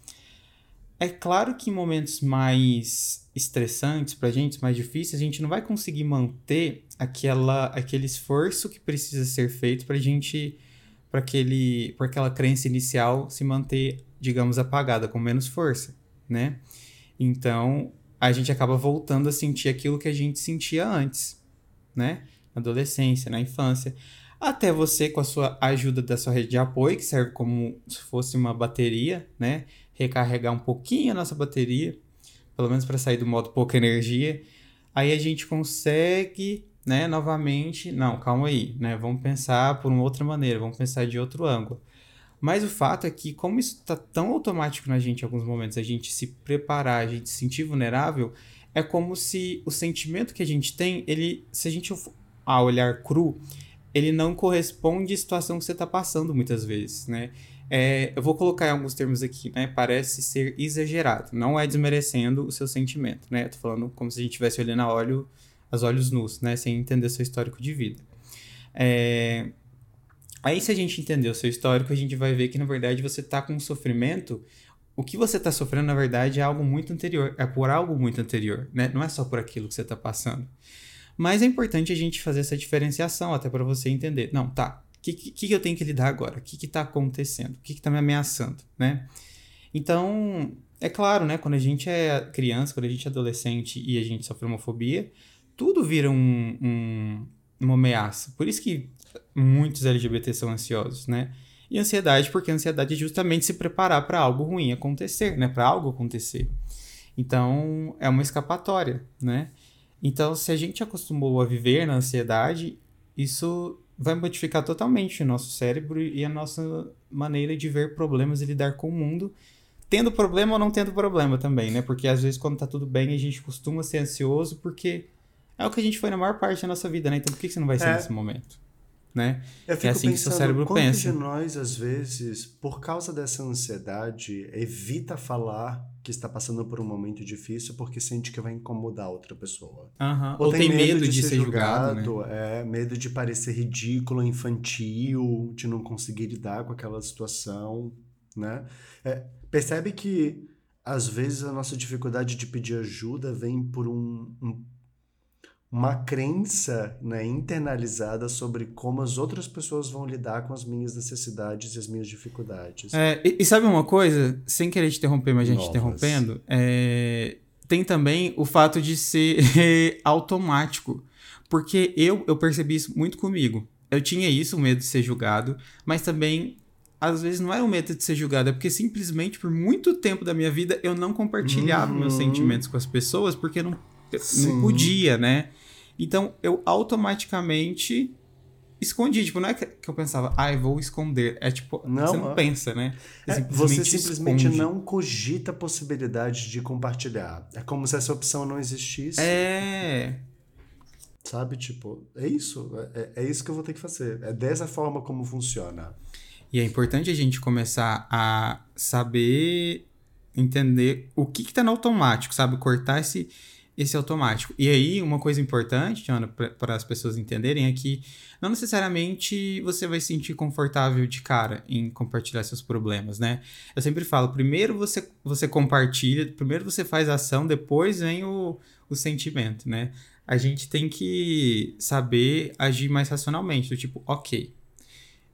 Speaker 2: é claro que em momentos mais estressantes pra gente, mais difíceis, a gente não vai conseguir manter aquela, aquele esforço que precisa ser feito pra gente, para aquele, para aquela crença inicial se manter, digamos, apagada, com menos força, né? Então, a gente acaba voltando a sentir aquilo que a gente sentia antes, né? Na adolescência, na infância. Até você, com a sua ajuda da sua rede de apoio, que serve como se fosse uma bateria, né? Recarregar um pouquinho a nossa bateria, pelo menos para sair do modo pouca energia. Aí a gente consegue, né, novamente... Não, calma aí, né? Vamos pensar por uma outra maneira, vamos pensar de outro ângulo. Mas o fato é que, como isso está tão automático na gente em alguns momentos, a gente se preparar, a gente se sentir vulnerável, é como se o sentimento que a gente tem, ele, se a gente a olhar cru, ele não corresponde à situação que você está passando muitas vezes, né? É, eu vou colocar em alguns termos aqui, né? Parece ser exagerado, não é desmerecendo o seu sentimento, né? Eu tô falando como se a gente estivesse olhando a olho, aos olhos nus, né? Sem entender seu histórico de vida. É... Aí, se a gente entender o seu histórico, a gente vai ver que, na verdade, você tá com um sofrimento. O que você tá sofrendo, na verdade, é algo muito anterior. É por algo muito anterior, né? Não é só por aquilo que você tá passando. Mas é importante a gente fazer essa diferenciação, até para você entender. Não, tá. O que, que, que eu tenho que lidar agora? O que que tá acontecendo? O que que tá me ameaçando, né? Então, é claro, né? Quando a gente é criança, quando a gente é adolescente e a gente sofre homofobia, tudo vira um, um, uma ameaça. Por isso que muitos L G B T são ansiosos, né? E ansiedade, porque a ansiedade é justamente se preparar para algo ruim acontecer, né? Para algo acontecer. Então, é uma escapatória, né? Então, se a gente acostumou a viver na ansiedade, isso vai modificar totalmente o nosso cérebro e a nossa maneira de ver problemas e lidar com o mundo, tendo problema ou não tendo problema também, né? Porque às vezes quando tá tudo bem a gente costuma ser ansioso porque é o que a gente foi na maior parte da nossa vida, né? Então por que você não vai ser
Speaker 1: É,
Speaker 2: nesse momento, né?
Speaker 1: eu
Speaker 2: É
Speaker 1: fico
Speaker 2: assim que seu
Speaker 1: pensando
Speaker 2: cérebro
Speaker 1: quantos de
Speaker 2: pensa.
Speaker 1: nós, às vezes, por causa dessa ansiedade, evita falar que está passando por um momento difícil porque sente que vai incomodar outra pessoa.
Speaker 2: Aham.
Speaker 1: Ou
Speaker 2: Ou
Speaker 1: tem
Speaker 2: tem
Speaker 1: medo
Speaker 2: medo
Speaker 1: de
Speaker 2: de
Speaker 1: ser
Speaker 2: ser julgado, né?
Speaker 1: julgado, é, medo de parecer ridículo, infantil, de não conseguir lidar com aquela situação, né? É, percebe que, às vezes, a nossa dificuldade de pedir ajuda vem por um, um uma crença, né, internalizada sobre como as outras pessoas vão lidar com as minhas necessidades e as minhas dificuldades
Speaker 2: É, e, e sabe uma coisa? Sem querer te interromper, mas a gente
Speaker 1: novas.
Speaker 2: interrompendo, é, tem também o fato de ser automático. Porque eu, eu percebi isso muito comigo. Eu tinha isso, o medo de ser julgado, mas também, às vezes, não era o medo de ser julgado, é porque simplesmente por muito tempo da minha vida eu não compartilhava meus sentimentos
Speaker 1: Uhum,
Speaker 2: com as pessoas porque não, eu não
Speaker 1: sim.
Speaker 2: podia, né? Então eu automaticamente escondi. Tipo, não é que que eu pensava, ah, eu vou esconder. É tipo, você
Speaker 1: Não,
Speaker 2: não
Speaker 1: ah,
Speaker 2: pensa, né? Você
Speaker 1: é, você
Speaker 2: simplesmente
Speaker 1: simplesmente
Speaker 2: esconde.
Speaker 1: não cogita a possibilidade de compartilhar. É como se essa opção não existisse,
Speaker 2: É.
Speaker 1: sabe? Tipo, é isso. É, é é isso que eu vou ter que fazer. É dessa forma como funciona.
Speaker 2: E é importante a gente começar a saber entender o que que tá no automático, sabe? Cortar esse, esse automático. E aí, uma coisa importante, Joana, para as pessoas entenderem é que não necessariamente você vai se sentir confortável de cara em compartilhar seus problemas, né? Eu sempre falo, primeiro você, você compartilha, primeiro você faz a ação, depois vem o, o sentimento, né? A gente tem que saber agir mais racionalmente, do tipo, ok,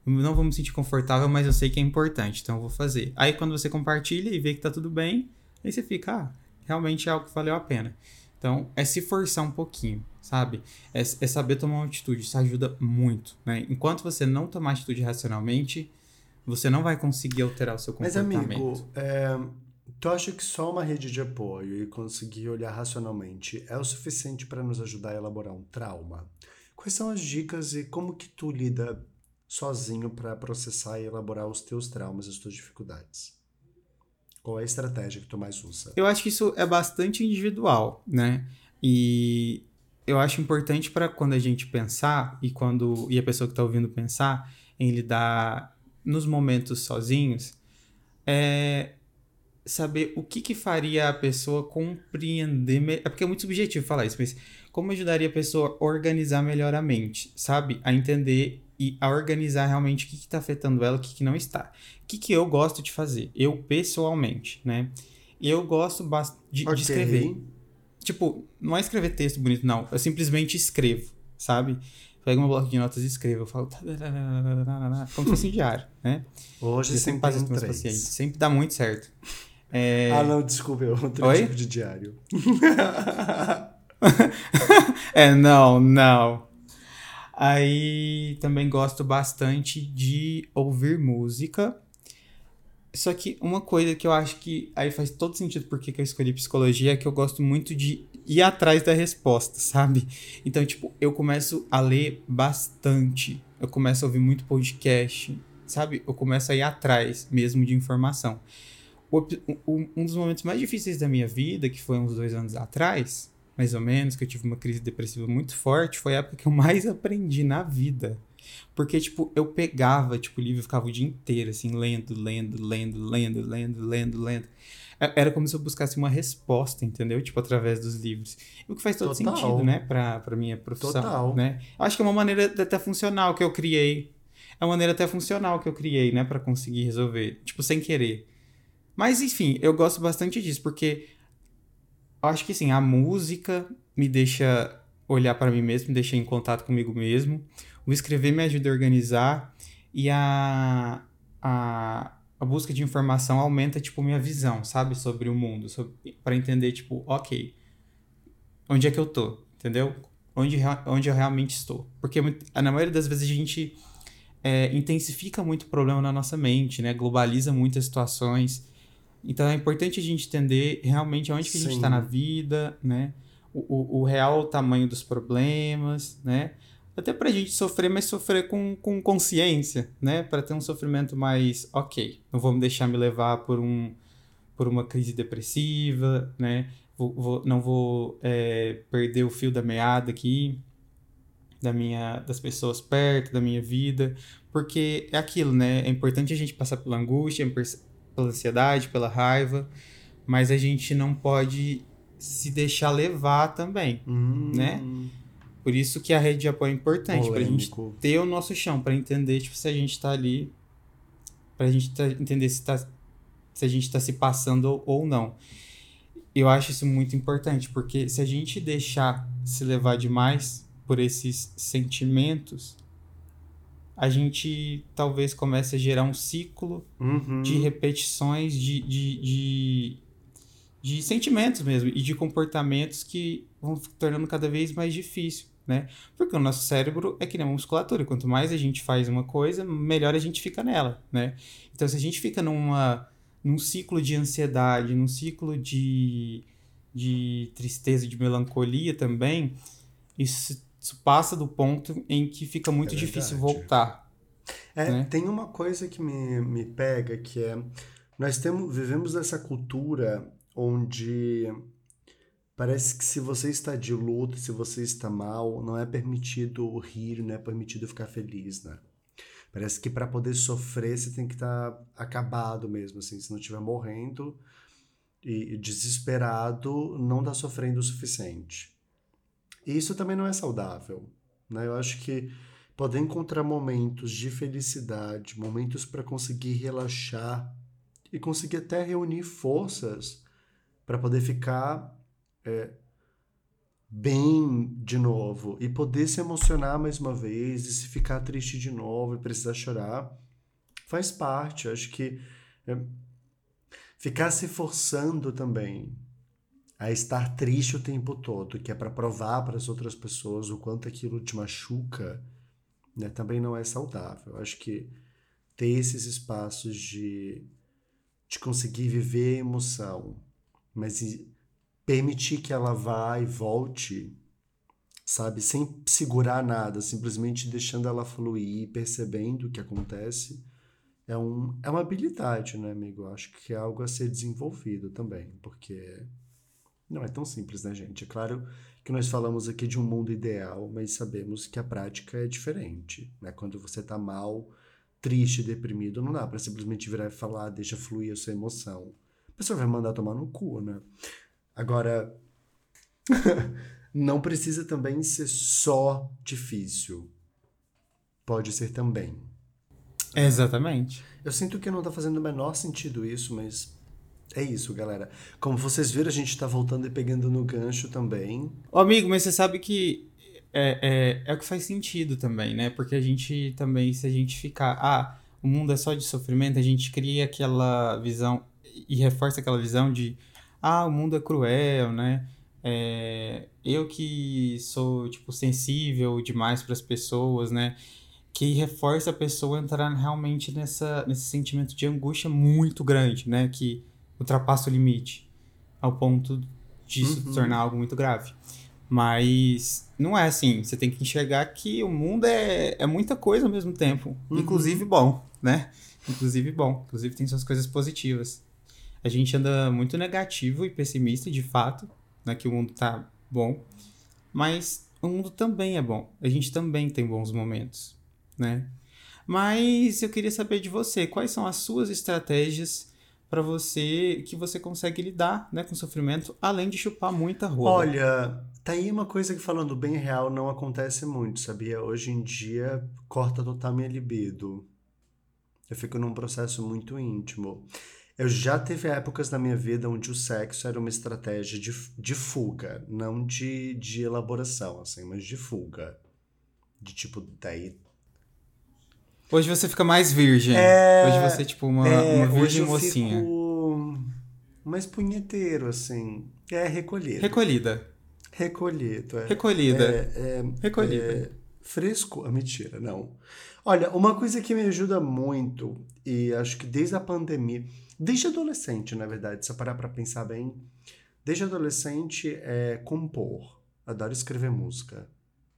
Speaker 2: Eu não vou me sentir confortável, mas eu sei que é importante, então eu vou fazer. Aí quando você compartilha e vê que tá tudo bem, aí você fica, ah, realmente é algo que valeu a pena. Então, é se forçar um pouquinho, sabe? É, é saber tomar uma atitude, isso ajuda muito, né? Enquanto você não tomar atitude racionalmente, você não vai conseguir alterar o seu
Speaker 1: Mas,
Speaker 2: comportamento.
Speaker 1: amigo, é, tu acha que só uma rede de apoio e conseguir olhar racionalmente é o suficiente para nos ajudar a elaborar um trauma? Quais são as dicas e como que tu lida sozinho para processar e elaborar os teus traumas e as tuas dificuldades? Qual é a estratégia que tu mais usa?
Speaker 2: Eu acho que isso é bastante individual, né? E eu acho importante para quando a gente pensar e quando e a pessoa que está ouvindo pensar em lidar nos momentos sozinhos, é saber o que que faria a pessoa compreender. me- É porque é muito subjetivo falar isso, mas como ajudaria a pessoa a organizar melhor a mente, sabe? A entender e a organizar realmente o que que tá afetando ela, o que que não está. O que que eu gosto de fazer? Eu, pessoalmente, né? Eu gosto bas- de, de
Speaker 1: Ok.
Speaker 2: escrever. Tipo, não é escrever texto bonito, não. Eu simplesmente escrevo, sabe? Pego meu bloco de notas e escrevo. Eu falo... Como se fosse um diário, né?
Speaker 1: Hoje
Speaker 2: Eu
Speaker 1: sim
Speaker 2: sempre faço isso
Speaker 1: tenho
Speaker 2: com meus pacientes.
Speaker 1: três.
Speaker 2: Sempre dá muito certo.
Speaker 1: Ah,
Speaker 2: É...
Speaker 1: não, desculpa, é outro tipo
Speaker 2: Oi?
Speaker 1: de diário.
Speaker 2: É, não, não. Aí também gosto bastante de ouvir música. Só que uma coisa que eu acho que aí faz todo sentido porque que eu escolhi psicologia é que eu gosto muito de ir atrás da resposta, sabe? Então, tipo, eu começo a ler bastante. Eu começo a ouvir muito podcast, sabe? Eu começo a ir atrás mesmo de informação. O, o, um dos momentos mais difíceis da minha vida, que foi uns dois anos atrás, mais ou menos, que eu tive uma crise depressiva muito forte, foi a época que eu mais aprendi na vida. Porque, tipo, eu pegava, tipo, o livro e ficava o dia inteiro, assim, lendo, lendo, lendo, lendo, lendo, lendo, lendo. Era como se eu buscasse uma resposta, entendeu? Tipo, através dos livros. O que faz todo sentido,
Speaker 1: Total.
Speaker 2: né? Pra, pra minha profissão,
Speaker 1: Total.
Speaker 2: né? Eu acho que é uma maneira até funcional que eu criei. É uma maneira até funcional que eu criei, né? Pra conseguir resolver. Tipo, sem querer. Mas, enfim, eu gosto bastante disso, porque eu acho que, assim, a música me deixa olhar para mim mesmo, me deixa em contato comigo mesmo. O escrever me ajuda a organizar. E a, a, a busca de informação aumenta, tipo, minha visão, sabe? Sobre o mundo. Sobre, para entender, tipo, ok, onde é que eu tô? Entendeu? Onde, rea- onde eu realmente estou. Porque muito- na maioria das vezes a gente é, intensifica muito o problema na nossa mente, né? Globaliza muitas situações. Então é importante a gente entender realmente onde que a gente está na
Speaker 1: Sim.
Speaker 2: vida, né? O, o, o real tamanho dos problemas, né? Até pra gente sofrer, mas sofrer com, com consciência, né? Para ter um sofrimento mais ok. Não vou me deixar me levar por, um, por uma crise depressiva, né? Vou, vou, não vou é, perder o fio da meada aqui, da minha, das pessoas perto, da minha vida, porque é aquilo, né? É importante a gente passar pela angústia, pela ansiedade, pela raiva, mas a gente não pode se deixar levar também, né?
Speaker 1: Hum,
Speaker 2: Por isso que a rede de apoio é importante, pra gente
Speaker 1: polêmico.
Speaker 2: ter o nosso chão, pra entender, tipo, se a gente tá ali, pra gente tá, entender se, tá, se a gente tá se passando ou, ou não. Eu acho isso muito importante, porque se a gente deixar se levar demais por esses sentimentos, a gente talvez comece a gerar um ciclo de
Speaker 1: Uhum.
Speaker 2: repetições de, de, de, de sentimentos mesmo e de comportamentos que vão se tornando cada vez mais difícil, né? Porque o nosso cérebro é que nem uma musculatura. Quanto mais a gente faz uma coisa, melhor a gente fica nela, né? Então, se a gente fica numa, num ciclo de ansiedade, num ciclo de, de tristeza, de melancolia também, isso, isso passa do ponto em que fica
Speaker 1: É
Speaker 2: muito difícil
Speaker 1: verdade.
Speaker 2: voltar,
Speaker 1: É,
Speaker 2: né?
Speaker 1: tem uma coisa que me, me pega que é nós temos, vivemos nessa cultura onde parece que se você está de luto, se você está mal, não é permitido rir, não é permitido ficar feliz, né? Parece que para poder sofrer você tem que estar acabado mesmo, assim, se não estiver morrendo e e desesperado, não está sofrendo o suficiente. E isso também não é saudável, né? Eu acho que poder encontrar momentos de felicidade, momentos para conseguir relaxar e conseguir até reunir forças para poder ficar bem de novo e poder se emocionar mais uma vez e se ficar triste de novo e precisar chorar, faz parte. Eu acho que é, ficar se forçando também a estar triste o tempo todo, que é para provar para as outras pessoas o quanto aquilo te machuca, né, também não é saudável. Eu acho que ter esses espaços de, de conseguir viver a emoção, mas e permitir que ela vá e volte, sabe, sem segurar nada, simplesmente deixando ela fluir, percebendo o que acontece, é, um, é uma habilidade, né, amigo? Eu acho que é algo a ser desenvolvido também, porque não é tão simples, né, gente? É claro que nós falamos aqui de um mundo ideal, mas sabemos que a prática é diferente, né? Quando você tá mal, triste, deprimido, não dá pra simplesmente virar e falar, deixa fluir a sua emoção. A pessoa vai mandar tomar no cu, né? Agora, não precisa também ser só difícil. Pode ser também.
Speaker 2: Exatamente.
Speaker 1: Eu sinto que não tá fazendo o menor sentido isso, mas é isso, galera. Como vocês viram, a gente tá voltando e pegando no gancho também.
Speaker 2: Ô, amigo, mas você sabe que é, é, é o que faz sentido também, né? Porque a gente também, se a gente ficar, ah, o mundo é só de sofrimento, a gente cria aquela visão e reforça aquela visão de, ah, o mundo é cruel, né? É, eu que sou, tipo, sensível demais para as pessoas, né? Que reforça a pessoa a entrar realmente nessa, nesse sentimento de angústia muito grande, né? Que ultrapassa o limite, ao ponto disso se tornar
Speaker 1: Uhum,
Speaker 2: algo muito grave. Mas não é assim. Você tem que enxergar que o mundo é, é muita coisa ao mesmo tempo. Inclusive
Speaker 1: uhum.
Speaker 2: bom, né? Inclusive bom. Inclusive tem suas coisas positivas. A gente anda muito negativo e pessimista, de fato, né? Que o mundo tá bom. Mas o mundo também é bom. A gente também tem bons momentos, né? Mas eu queria saber de você, quais são as suas estratégias para você que você consegue lidar, né, com o sofrimento, além de chupar muita rola?
Speaker 1: Olha, tá aí uma coisa que, falando bem real, não acontece muito, sabia? Hoje em dia, corta total minha libido. Eu fico num processo muito íntimo. Eu já teve épocas na minha vida onde o sexo era uma estratégia de, de fuga, não de, de elaboração, assim, mas de fuga. De tipo, daí.
Speaker 2: Hoje você fica mais virgem. Hoje você é
Speaker 1: É.
Speaker 2: tipo uma, uma
Speaker 1: É, hoje
Speaker 2: virgem
Speaker 1: eu
Speaker 2: mocinha.
Speaker 1: fico mais punheteiro, assim. É recolhido.
Speaker 2: Recolhida.
Speaker 1: Recolhido, é.
Speaker 2: Recolhida.
Speaker 1: É, é,
Speaker 2: Recolhida.
Speaker 1: é fresco. Ah, mentira, não. Olha, uma coisa que me ajuda muito, e acho que desde a pandemia, desde adolescente, na verdade, se eu parar pra pensar bem, desde adolescente é compor. Adoro escrever música.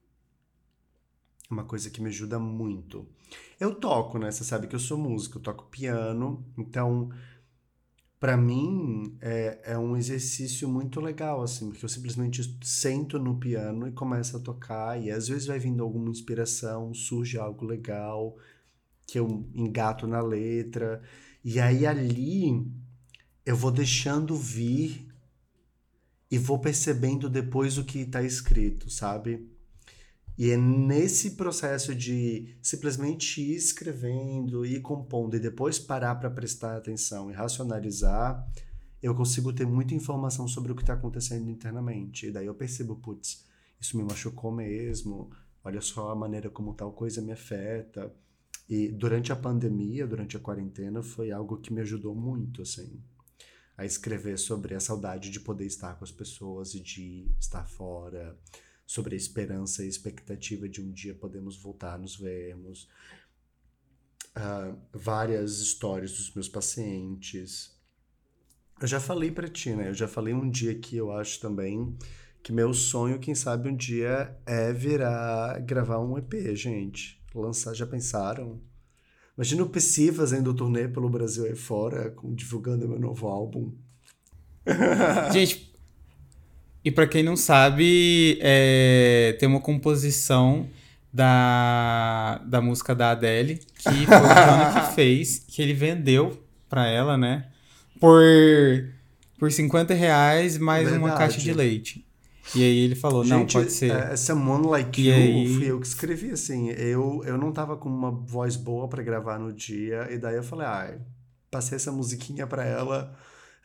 Speaker 1: É uma coisa que me ajuda muito. Eu toco, né? Você sabe que eu sou músico, eu toco piano, então pra mim é, é um exercício muito legal, assim, porque eu simplesmente sento no piano e começo a tocar, e às vezes vai vindo alguma inspiração, surge algo legal, que eu engato na letra, e aí ali eu vou deixando vir e vou percebendo depois o que tá escrito, sabe? E é nesse processo de simplesmente ir escrevendo, ir compondo e depois parar para prestar atenção e racionalizar, eu consigo ter muita informação sobre o que está acontecendo internamente. E daí eu percebo, putz, isso me machucou mesmo, olha só a maneira como tal coisa me afeta. E durante a pandemia, durante a quarentena, foi algo que me ajudou muito, assim, a escrever sobre a saudade de poder estar com as pessoas e de estar fora, sobre a esperança e expectativa de um dia podermos voltar a nos vermos, uh, várias histórias dos meus pacientes. Eu já falei pra ti, né? Eu já falei um dia que eu acho também que meu sonho, quem sabe um dia, é virar, gravar um E P, gente. Lançar, já pensaram? Imagina o Psy fazendo turnê pelo Brasil e fora, com- divulgando meu novo álbum.
Speaker 2: Gente, e pra quem não sabe, é, tem uma composição da, da música da Adele, que foi o Johnny que fez, que ele vendeu pra ela, né? Por, por cinquenta reais mais uma caixa de
Speaker 1: Verdade.
Speaker 2: leite. E aí ele falou, não, pode
Speaker 1: Gente,
Speaker 2: ser.
Speaker 1: é, Someone Like
Speaker 2: E
Speaker 1: You fui
Speaker 2: aí,
Speaker 1: eu que escrevi, assim. Eu, eu não tava com uma voz boa pra gravar no dia, e daí eu falei, ah, passei essa musiquinha pra ela,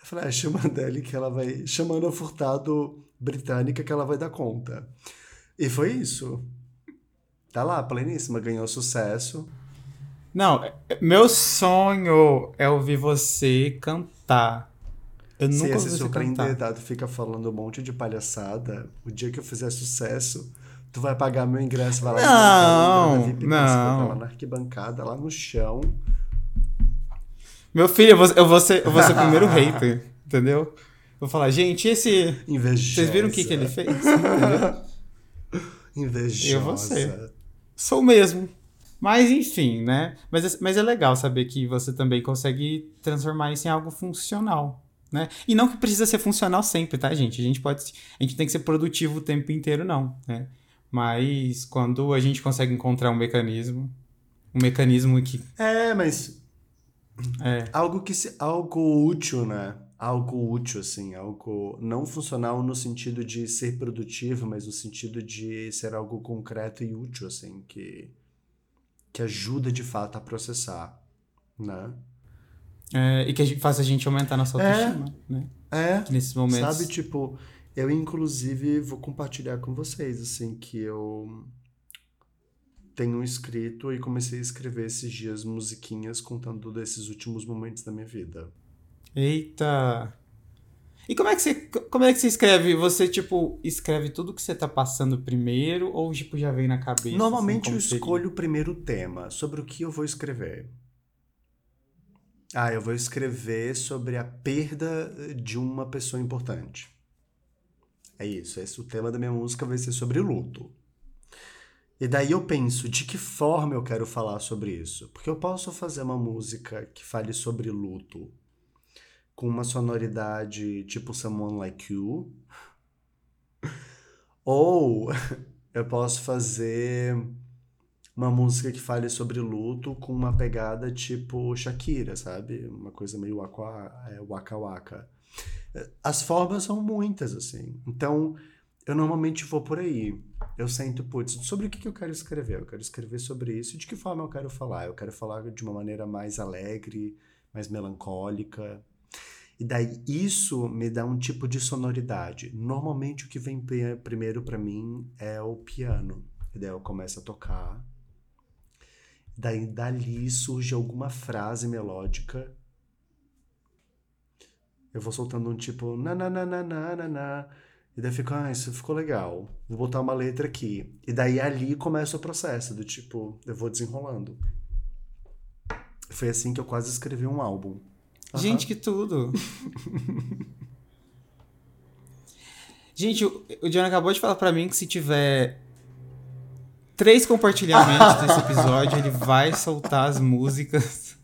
Speaker 1: Eu falei, ah, chama a Adele que ela vai... Chama a Ana Furtado britânica que ela vai dar conta. E foi isso. Tá lá, pleníssima, ganhou sucesso.
Speaker 2: Não, meu sonho é ouvir você cantar. Eu
Speaker 1: Você
Speaker 2: nunca
Speaker 1: ia
Speaker 2: ouvi
Speaker 1: se
Speaker 2: você
Speaker 1: surpreender,
Speaker 2: cantar.
Speaker 1: tá? Tu fica falando um monte de palhaçada. O dia que eu fizer sucesso, tu vai pagar meu ingresso, vai lá me bancar na
Speaker 2: Não,
Speaker 1: V I P Principal, tá lá
Speaker 2: não.
Speaker 1: na arquibancada, lá no chão.
Speaker 2: Meu filho, eu vou, eu vou ser, eu vou ser o primeiro hater, entendeu? Eu vou falar, gente, esse... Vocês viram o que, que ele
Speaker 1: Invejosa.
Speaker 2: fez? Entendeu? Eu vou ser.
Speaker 1: Invejosa.
Speaker 2: Sou mesmo. Mas, enfim, né? Mas, é- mas é legal saber que você também consegue transformar isso em algo funcional, né? E não que precisa ser funcional sempre, tá, gente? A gente pode... A gente tem que ser produtivo o tempo inteiro, não, né? Mas quando a gente consegue encontrar um mecanismo, um mecanismo que...
Speaker 1: É, mas
Speaker 2: É,
Speaker 1: algo que se, algo útil, né? Algo útil, assim, algo não funcional no sentido de ser produtivo, mas no sentido de ser algo concreto e útil, assim, que, que ajuda de fato a processar, né?
Speaker 2: é, e que a gente, faça a gente aumentar nossa
Speaker 1: É,
Speaker 2: autoestima, né?
Speaker 1: é,
Speaker 2: Que nesses
Speaker 1: sabe,
Speaker 2: momentos...
Speaker 1: tipo, eu inclusive vou compartilhar com vocês, assim, que eu tenho escrito e comecei a escrever esses dias musiquinhas contando desses últimos momentos da minha vida.
Speaker 2: Eita! E como é que você, como é que você escreve? Você, tipo, escreve tudo que você tá passando primeiro ou, tipo, já vem na cabeça, assim,
Speaker 1: Normalmente eu
Speaker 2: como seria?
Speaker 1: escolho o primeiro tema, sobre o que eu vou escrever. Ah, eu vou escrever sobre a perda de uma pessoa importante. É isso, esse, o tema da minha música vai ser sobre luto. E daí eu penso, de que forma eu quero falar sobre isso? Porque eu posso fazer uma música que fale sobre luto, com uma sonoridade tipo Someone Like You, ou eu posso fazer uma música que fale sobre luto com uma pegada tipo Shakira, sabe? Uma coisa meio waka, é, waka waka. As formas são muitas, assim. Então, eu normalmente vou por aí. Eu sento, putz, sobre o que que eu quero escrever? Eu quero escrever sobre isso e de que forma eu quero falar? Eu quero falar de uma maneira mais alegre, mais melancólica. E daí isso me dá um tipo de sonoridade. Normalmente o que vem pe- primeiro pra mim é o piano. E daí eu começo a tocar. Daí dali surge alguma frase melódica. Eu vou soltando um tipo na na na na na na na. E daí fico, ah, isso ficou legal. Vou botar uma letra aqui. E daí ali começa o processo do tipo, eu vou desenrolando. Foi assim que eu quase escrevi um álbum.
Speaker 2: Gente,
Speaker 1: Aham.
Speaker 2: que tudo! Gente, o, o John acabou de falar pra mim que se tiver três compartilhamentos desse episódio, ele vai soltar as músicas.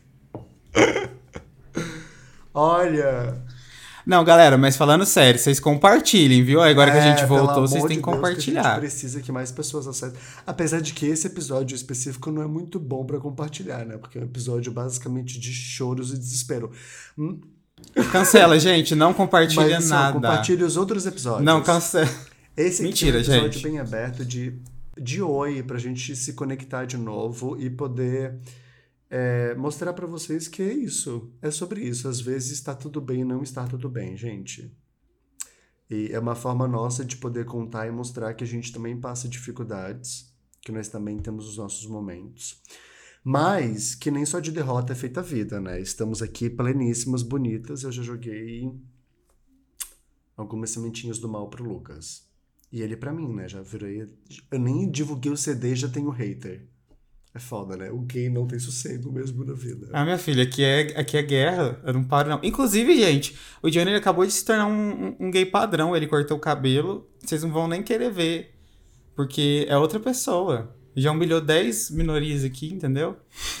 Speaker 1: Olha,
Speaker 2: Não, galera, mas falando sério, vocês compartilhem, viu? Agora que a gente
Speaker 1: é, pelo
Speaker 2: voltou, vocês
Speaker 1: amor
Speaker 2: têm
Speaker 1: de
Speaker 2: que
Speaker 1: Deus, que a gente
Speaker 2: compartilhar.
Speaker 1: precisa que mais pessoas acessem. Apesar de que esse episódio específico não é muito bom pra compartilhar, né? Porque é um episódio basicamente de choros e desespero. Hum,
Speaker 2: Cancela, gente, não
Speaker 1: Mas
Speaker 2: compartilha
Speaker 1: assim, ó,
Speaker 2: nada.
Speaker 1: compartilhe os outros
Speaker 2: Não,
Speaker 1: episódios.
Speaker 2: cancela.
Speaker 1: Esse aqui é um
Speaker 2: Mentira,
Speaker 1: episódio
Speaker 2: gente.
Speaker 1: bem aberto de, de oi, pra gente se conectar de novo e poder é, mostrar pra vocês que é isso. É sobre isso. Às vezes está tudo bem e não está tudo bem, gente. E é uma forma nossa de poder contar e mostrar que a gente também passa dificuldades, que nós também temos os nossos momentos. Mas que nem só de derrota é feita a vida, né? Estamos aqui pleníssimas, bonitas. Eu já joguei algumas sementinhas do mal pro Lucas. E ele pra mim, né? Já virei. Eu nem divulguei o C D, já tenho hater. É foda, né? O gay não tem sossego mesmo na vida.
Speaker 2: Ah, minha filha, aqui é, aqui é guerra. Eu não paro, não. Inclusive, gente, o Johnny ele acabou de se tornar um, um, um gay padrão. Ele cortou o cabelo. Vocês não vão nem querer ver. Porque é outra pessoa. Já humilhou dez minorias aqui, entendeu?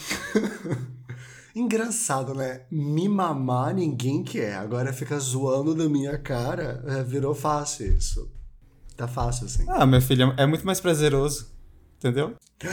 Speaker 1: Engraçado, né? Me mamar ninguém quer. Agora fica zoando da minha cara. É, virou fácil isso. Tá fácil assim.
Speaker 2: Ah, minha filha, é muito mais prazeroso. Entendeu?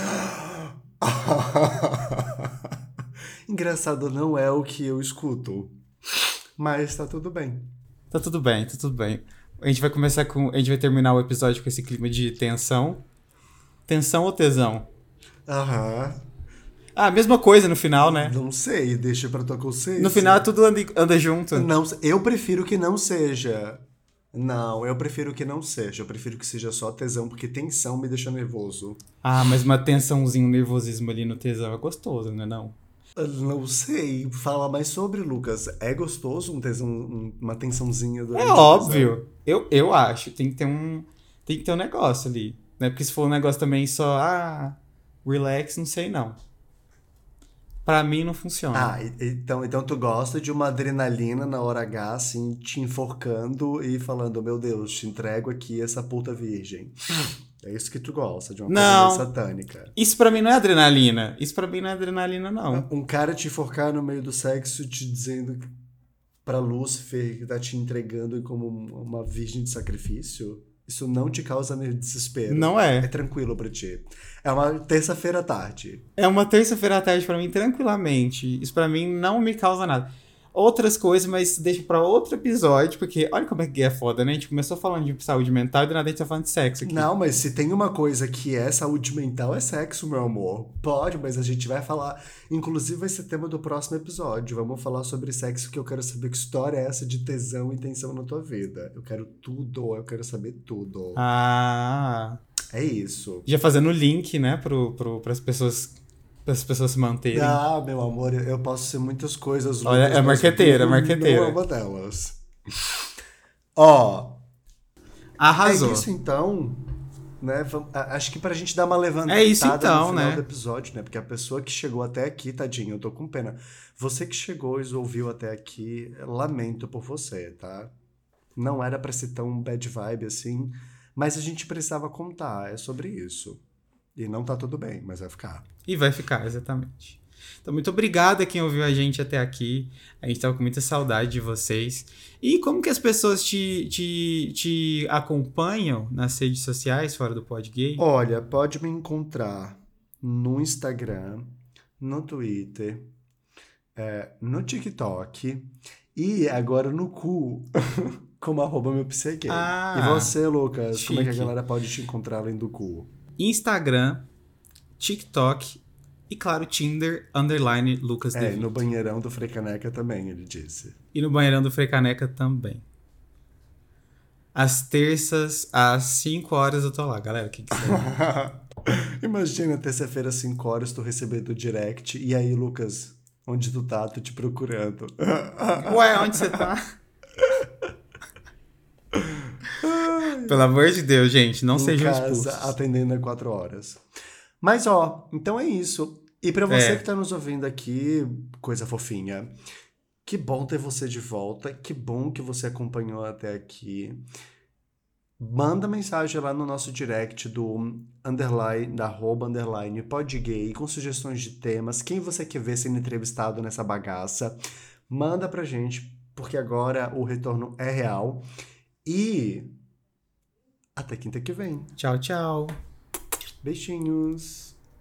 Speaker 1: Engraçado não é o que eu escuto. Mas tá tudo bem.
Speaker 2: Tá tudo bem, tá tudo bem. A gente vai começar com. A gente vai terminar o episódio com esse clima de tensão. Tensão ou tesão?
Speaker 1: Aham.
Speaker 2: Ah, mesma coisa no final, né?
Speaker 1: Não sei, deixa pra tua consciência.
Speaker 2: No final tudo anda, anda junto.
Speaker 1: Não, eu prefiro que não seja. Não, eu prefiro que não seja. Eu prefiro que seja só tesão, porque tensão me deixa nervoso.
Speaker 2: Ah, mas uma tensãozinha, um nervosismo ali no tesão é gostoso, né não?
Speaker 1: Eu não sei. Fala mais sobre, Lucas. É gostoso um tesão, um- uma tensãozinha durante
Speaker 2: É
Speaker 1: o tesão?
Speaker 2: óbvio. Eu, eu acho. Tem que ter um. Tem que ter um negócio ali. Né? Porque se for um negócio também só, ah, relax, não sei não. Pra mim não funciona.
Speaker 1: Ah, e- então, então tu gosta de uma adrenalina na hora H, assim, te enforcando e falando, meu Deus, te entrego aqui essa puta virgem. É isso que tu gosta, de uma coisa meio
Speaker 2: Não.
Speaker 1: satânica.
Speaker 2: Isso pra mim não é adrenalina. Isso pra mim não é adrenalina, não.
Speaker 1: Um cara te enforcar no meio do sexo, te dizendo pra Lúcifer que tá te entregando como um- uma virgem de sacrifício, isso não te causa nem desespero.
Speaker 2: Não
Speaker 1: É
Speaker 2: é.
Speaker 1: tranquilo pra ti. É uma terça-feira à tarde.
Speaker 2: É uma terça-feira à tarde pra mim, tranquilamente. Isso pra mim não me causa nada. Outras coisas, mas deixa pra outro episódio, porque olha como é que é foda, né? A gente começou falando de saúde mental e do nada a gente tá falando de sexo aqui.
Speaker 1: Não, mas se tem uma coisa que é saúde mental, é sexo, meu amor. Pode, mas a gente vai falar. Inclusive, vai ser tema do próximo episódio. Vamos falar sobre sexo, que eu quero saber que história é essa de tesão e tensão na tua vida. Eu quero tudo, eu quero saber tudo.
Speaker 2: Ah.
Speaker 1: É isso.
Speaker 2: Já fazendo o link, né, pro, pro, pras pessoas. Para as pessoas se manterem.
Speaker 1: Ah, meu amor, eu- eu posso ser muitas coisas.
Speaker 2: Olha,
Speaker 1: Lucas,
Speaker 2: é
Speaker 1: mas
Speaker 2: marqueteira,
Speaker 1: burro
Speaker 2: marqueteira.
Speaker 1: Não é uma delas. Ó,
Speaker 2: Arrasou.
Speaker 1: é isso então. Né? Vam- a- Acho que pra gente dar uma levantada
Speaker 2: É isso então,
Speaker 1: no final
Speaker 2: né?
Speaker 1: do episódio, né? Porque a pessoa que chegou até aqui, tadinho, eu tô com pena. Você que chegou e ouviu até aqui, lamento por você, tá? Não era pra ser tão bad vibe assim, mas a gente precisava contar, é sobre isso. E não tá tudo bem, mas vai ficar.
Speaker 2: E vai ficar, exatamente. Então, muito obrigado a quem ouviu a gente até aqui. A gente tava com muita saudade de vocês. E como que as pessoas te, te, te acompanham nas redes sociais, fora do Pod Gay?
Speaker 1: Olha, pode me encontrar no Instagram, no Twitter, é, no TikTok e agora no cu, como arroba meu pseguei.
Speaker 2: Ah,
Speaker 1: E você, Lucas, como é que a
Speaker 2: chique.
Speaker 1: galera pode te encontrar além do cu?
Speaker 2: Instagram, TikTok e, claro, Tinder, underline Lucas
Speaker 1: É,
Speaker 2: Devito.
Speaker 1: no banheirão do Frecaneca também, ele disse.
Speaker 2: E no banheirão do Frecaneca também. Às terças, às cinco horas eu tô lá, galera. Quem quiser.
Speaker 1: Imagina, terça-feira, cinco horas, tu receber do direct. E aí, Lucas, onde tu tá? Tô te procurando.
Speaker 2: Ué, onde você tá? Pelo amor de Deus, gente, não
Speaker 1: Em
Speaker 2: sejam
Speaker 1: casa,
Speaker 2: expulsos.
Speaker 1: atendendo a quatro horas. Mas, ó, então é isso. E pra você
Speaker 2: É.
Speaker 1: que tá nos ouvindo aqui, coisa fofinha, que bom ter você de volta, que bom que você acompanhou até aqui. Manda mensagem lá no nosso direct do underline, da arroba underline podgay, com sugestões de temas, quem você quer ver sendo entrevistado nessa bagaça. Manda pra gente, porque agora o retorno é real. E até quinta que vem.
Speaker 2: Tchau, tchau.
Speaker 1: Beijinhos.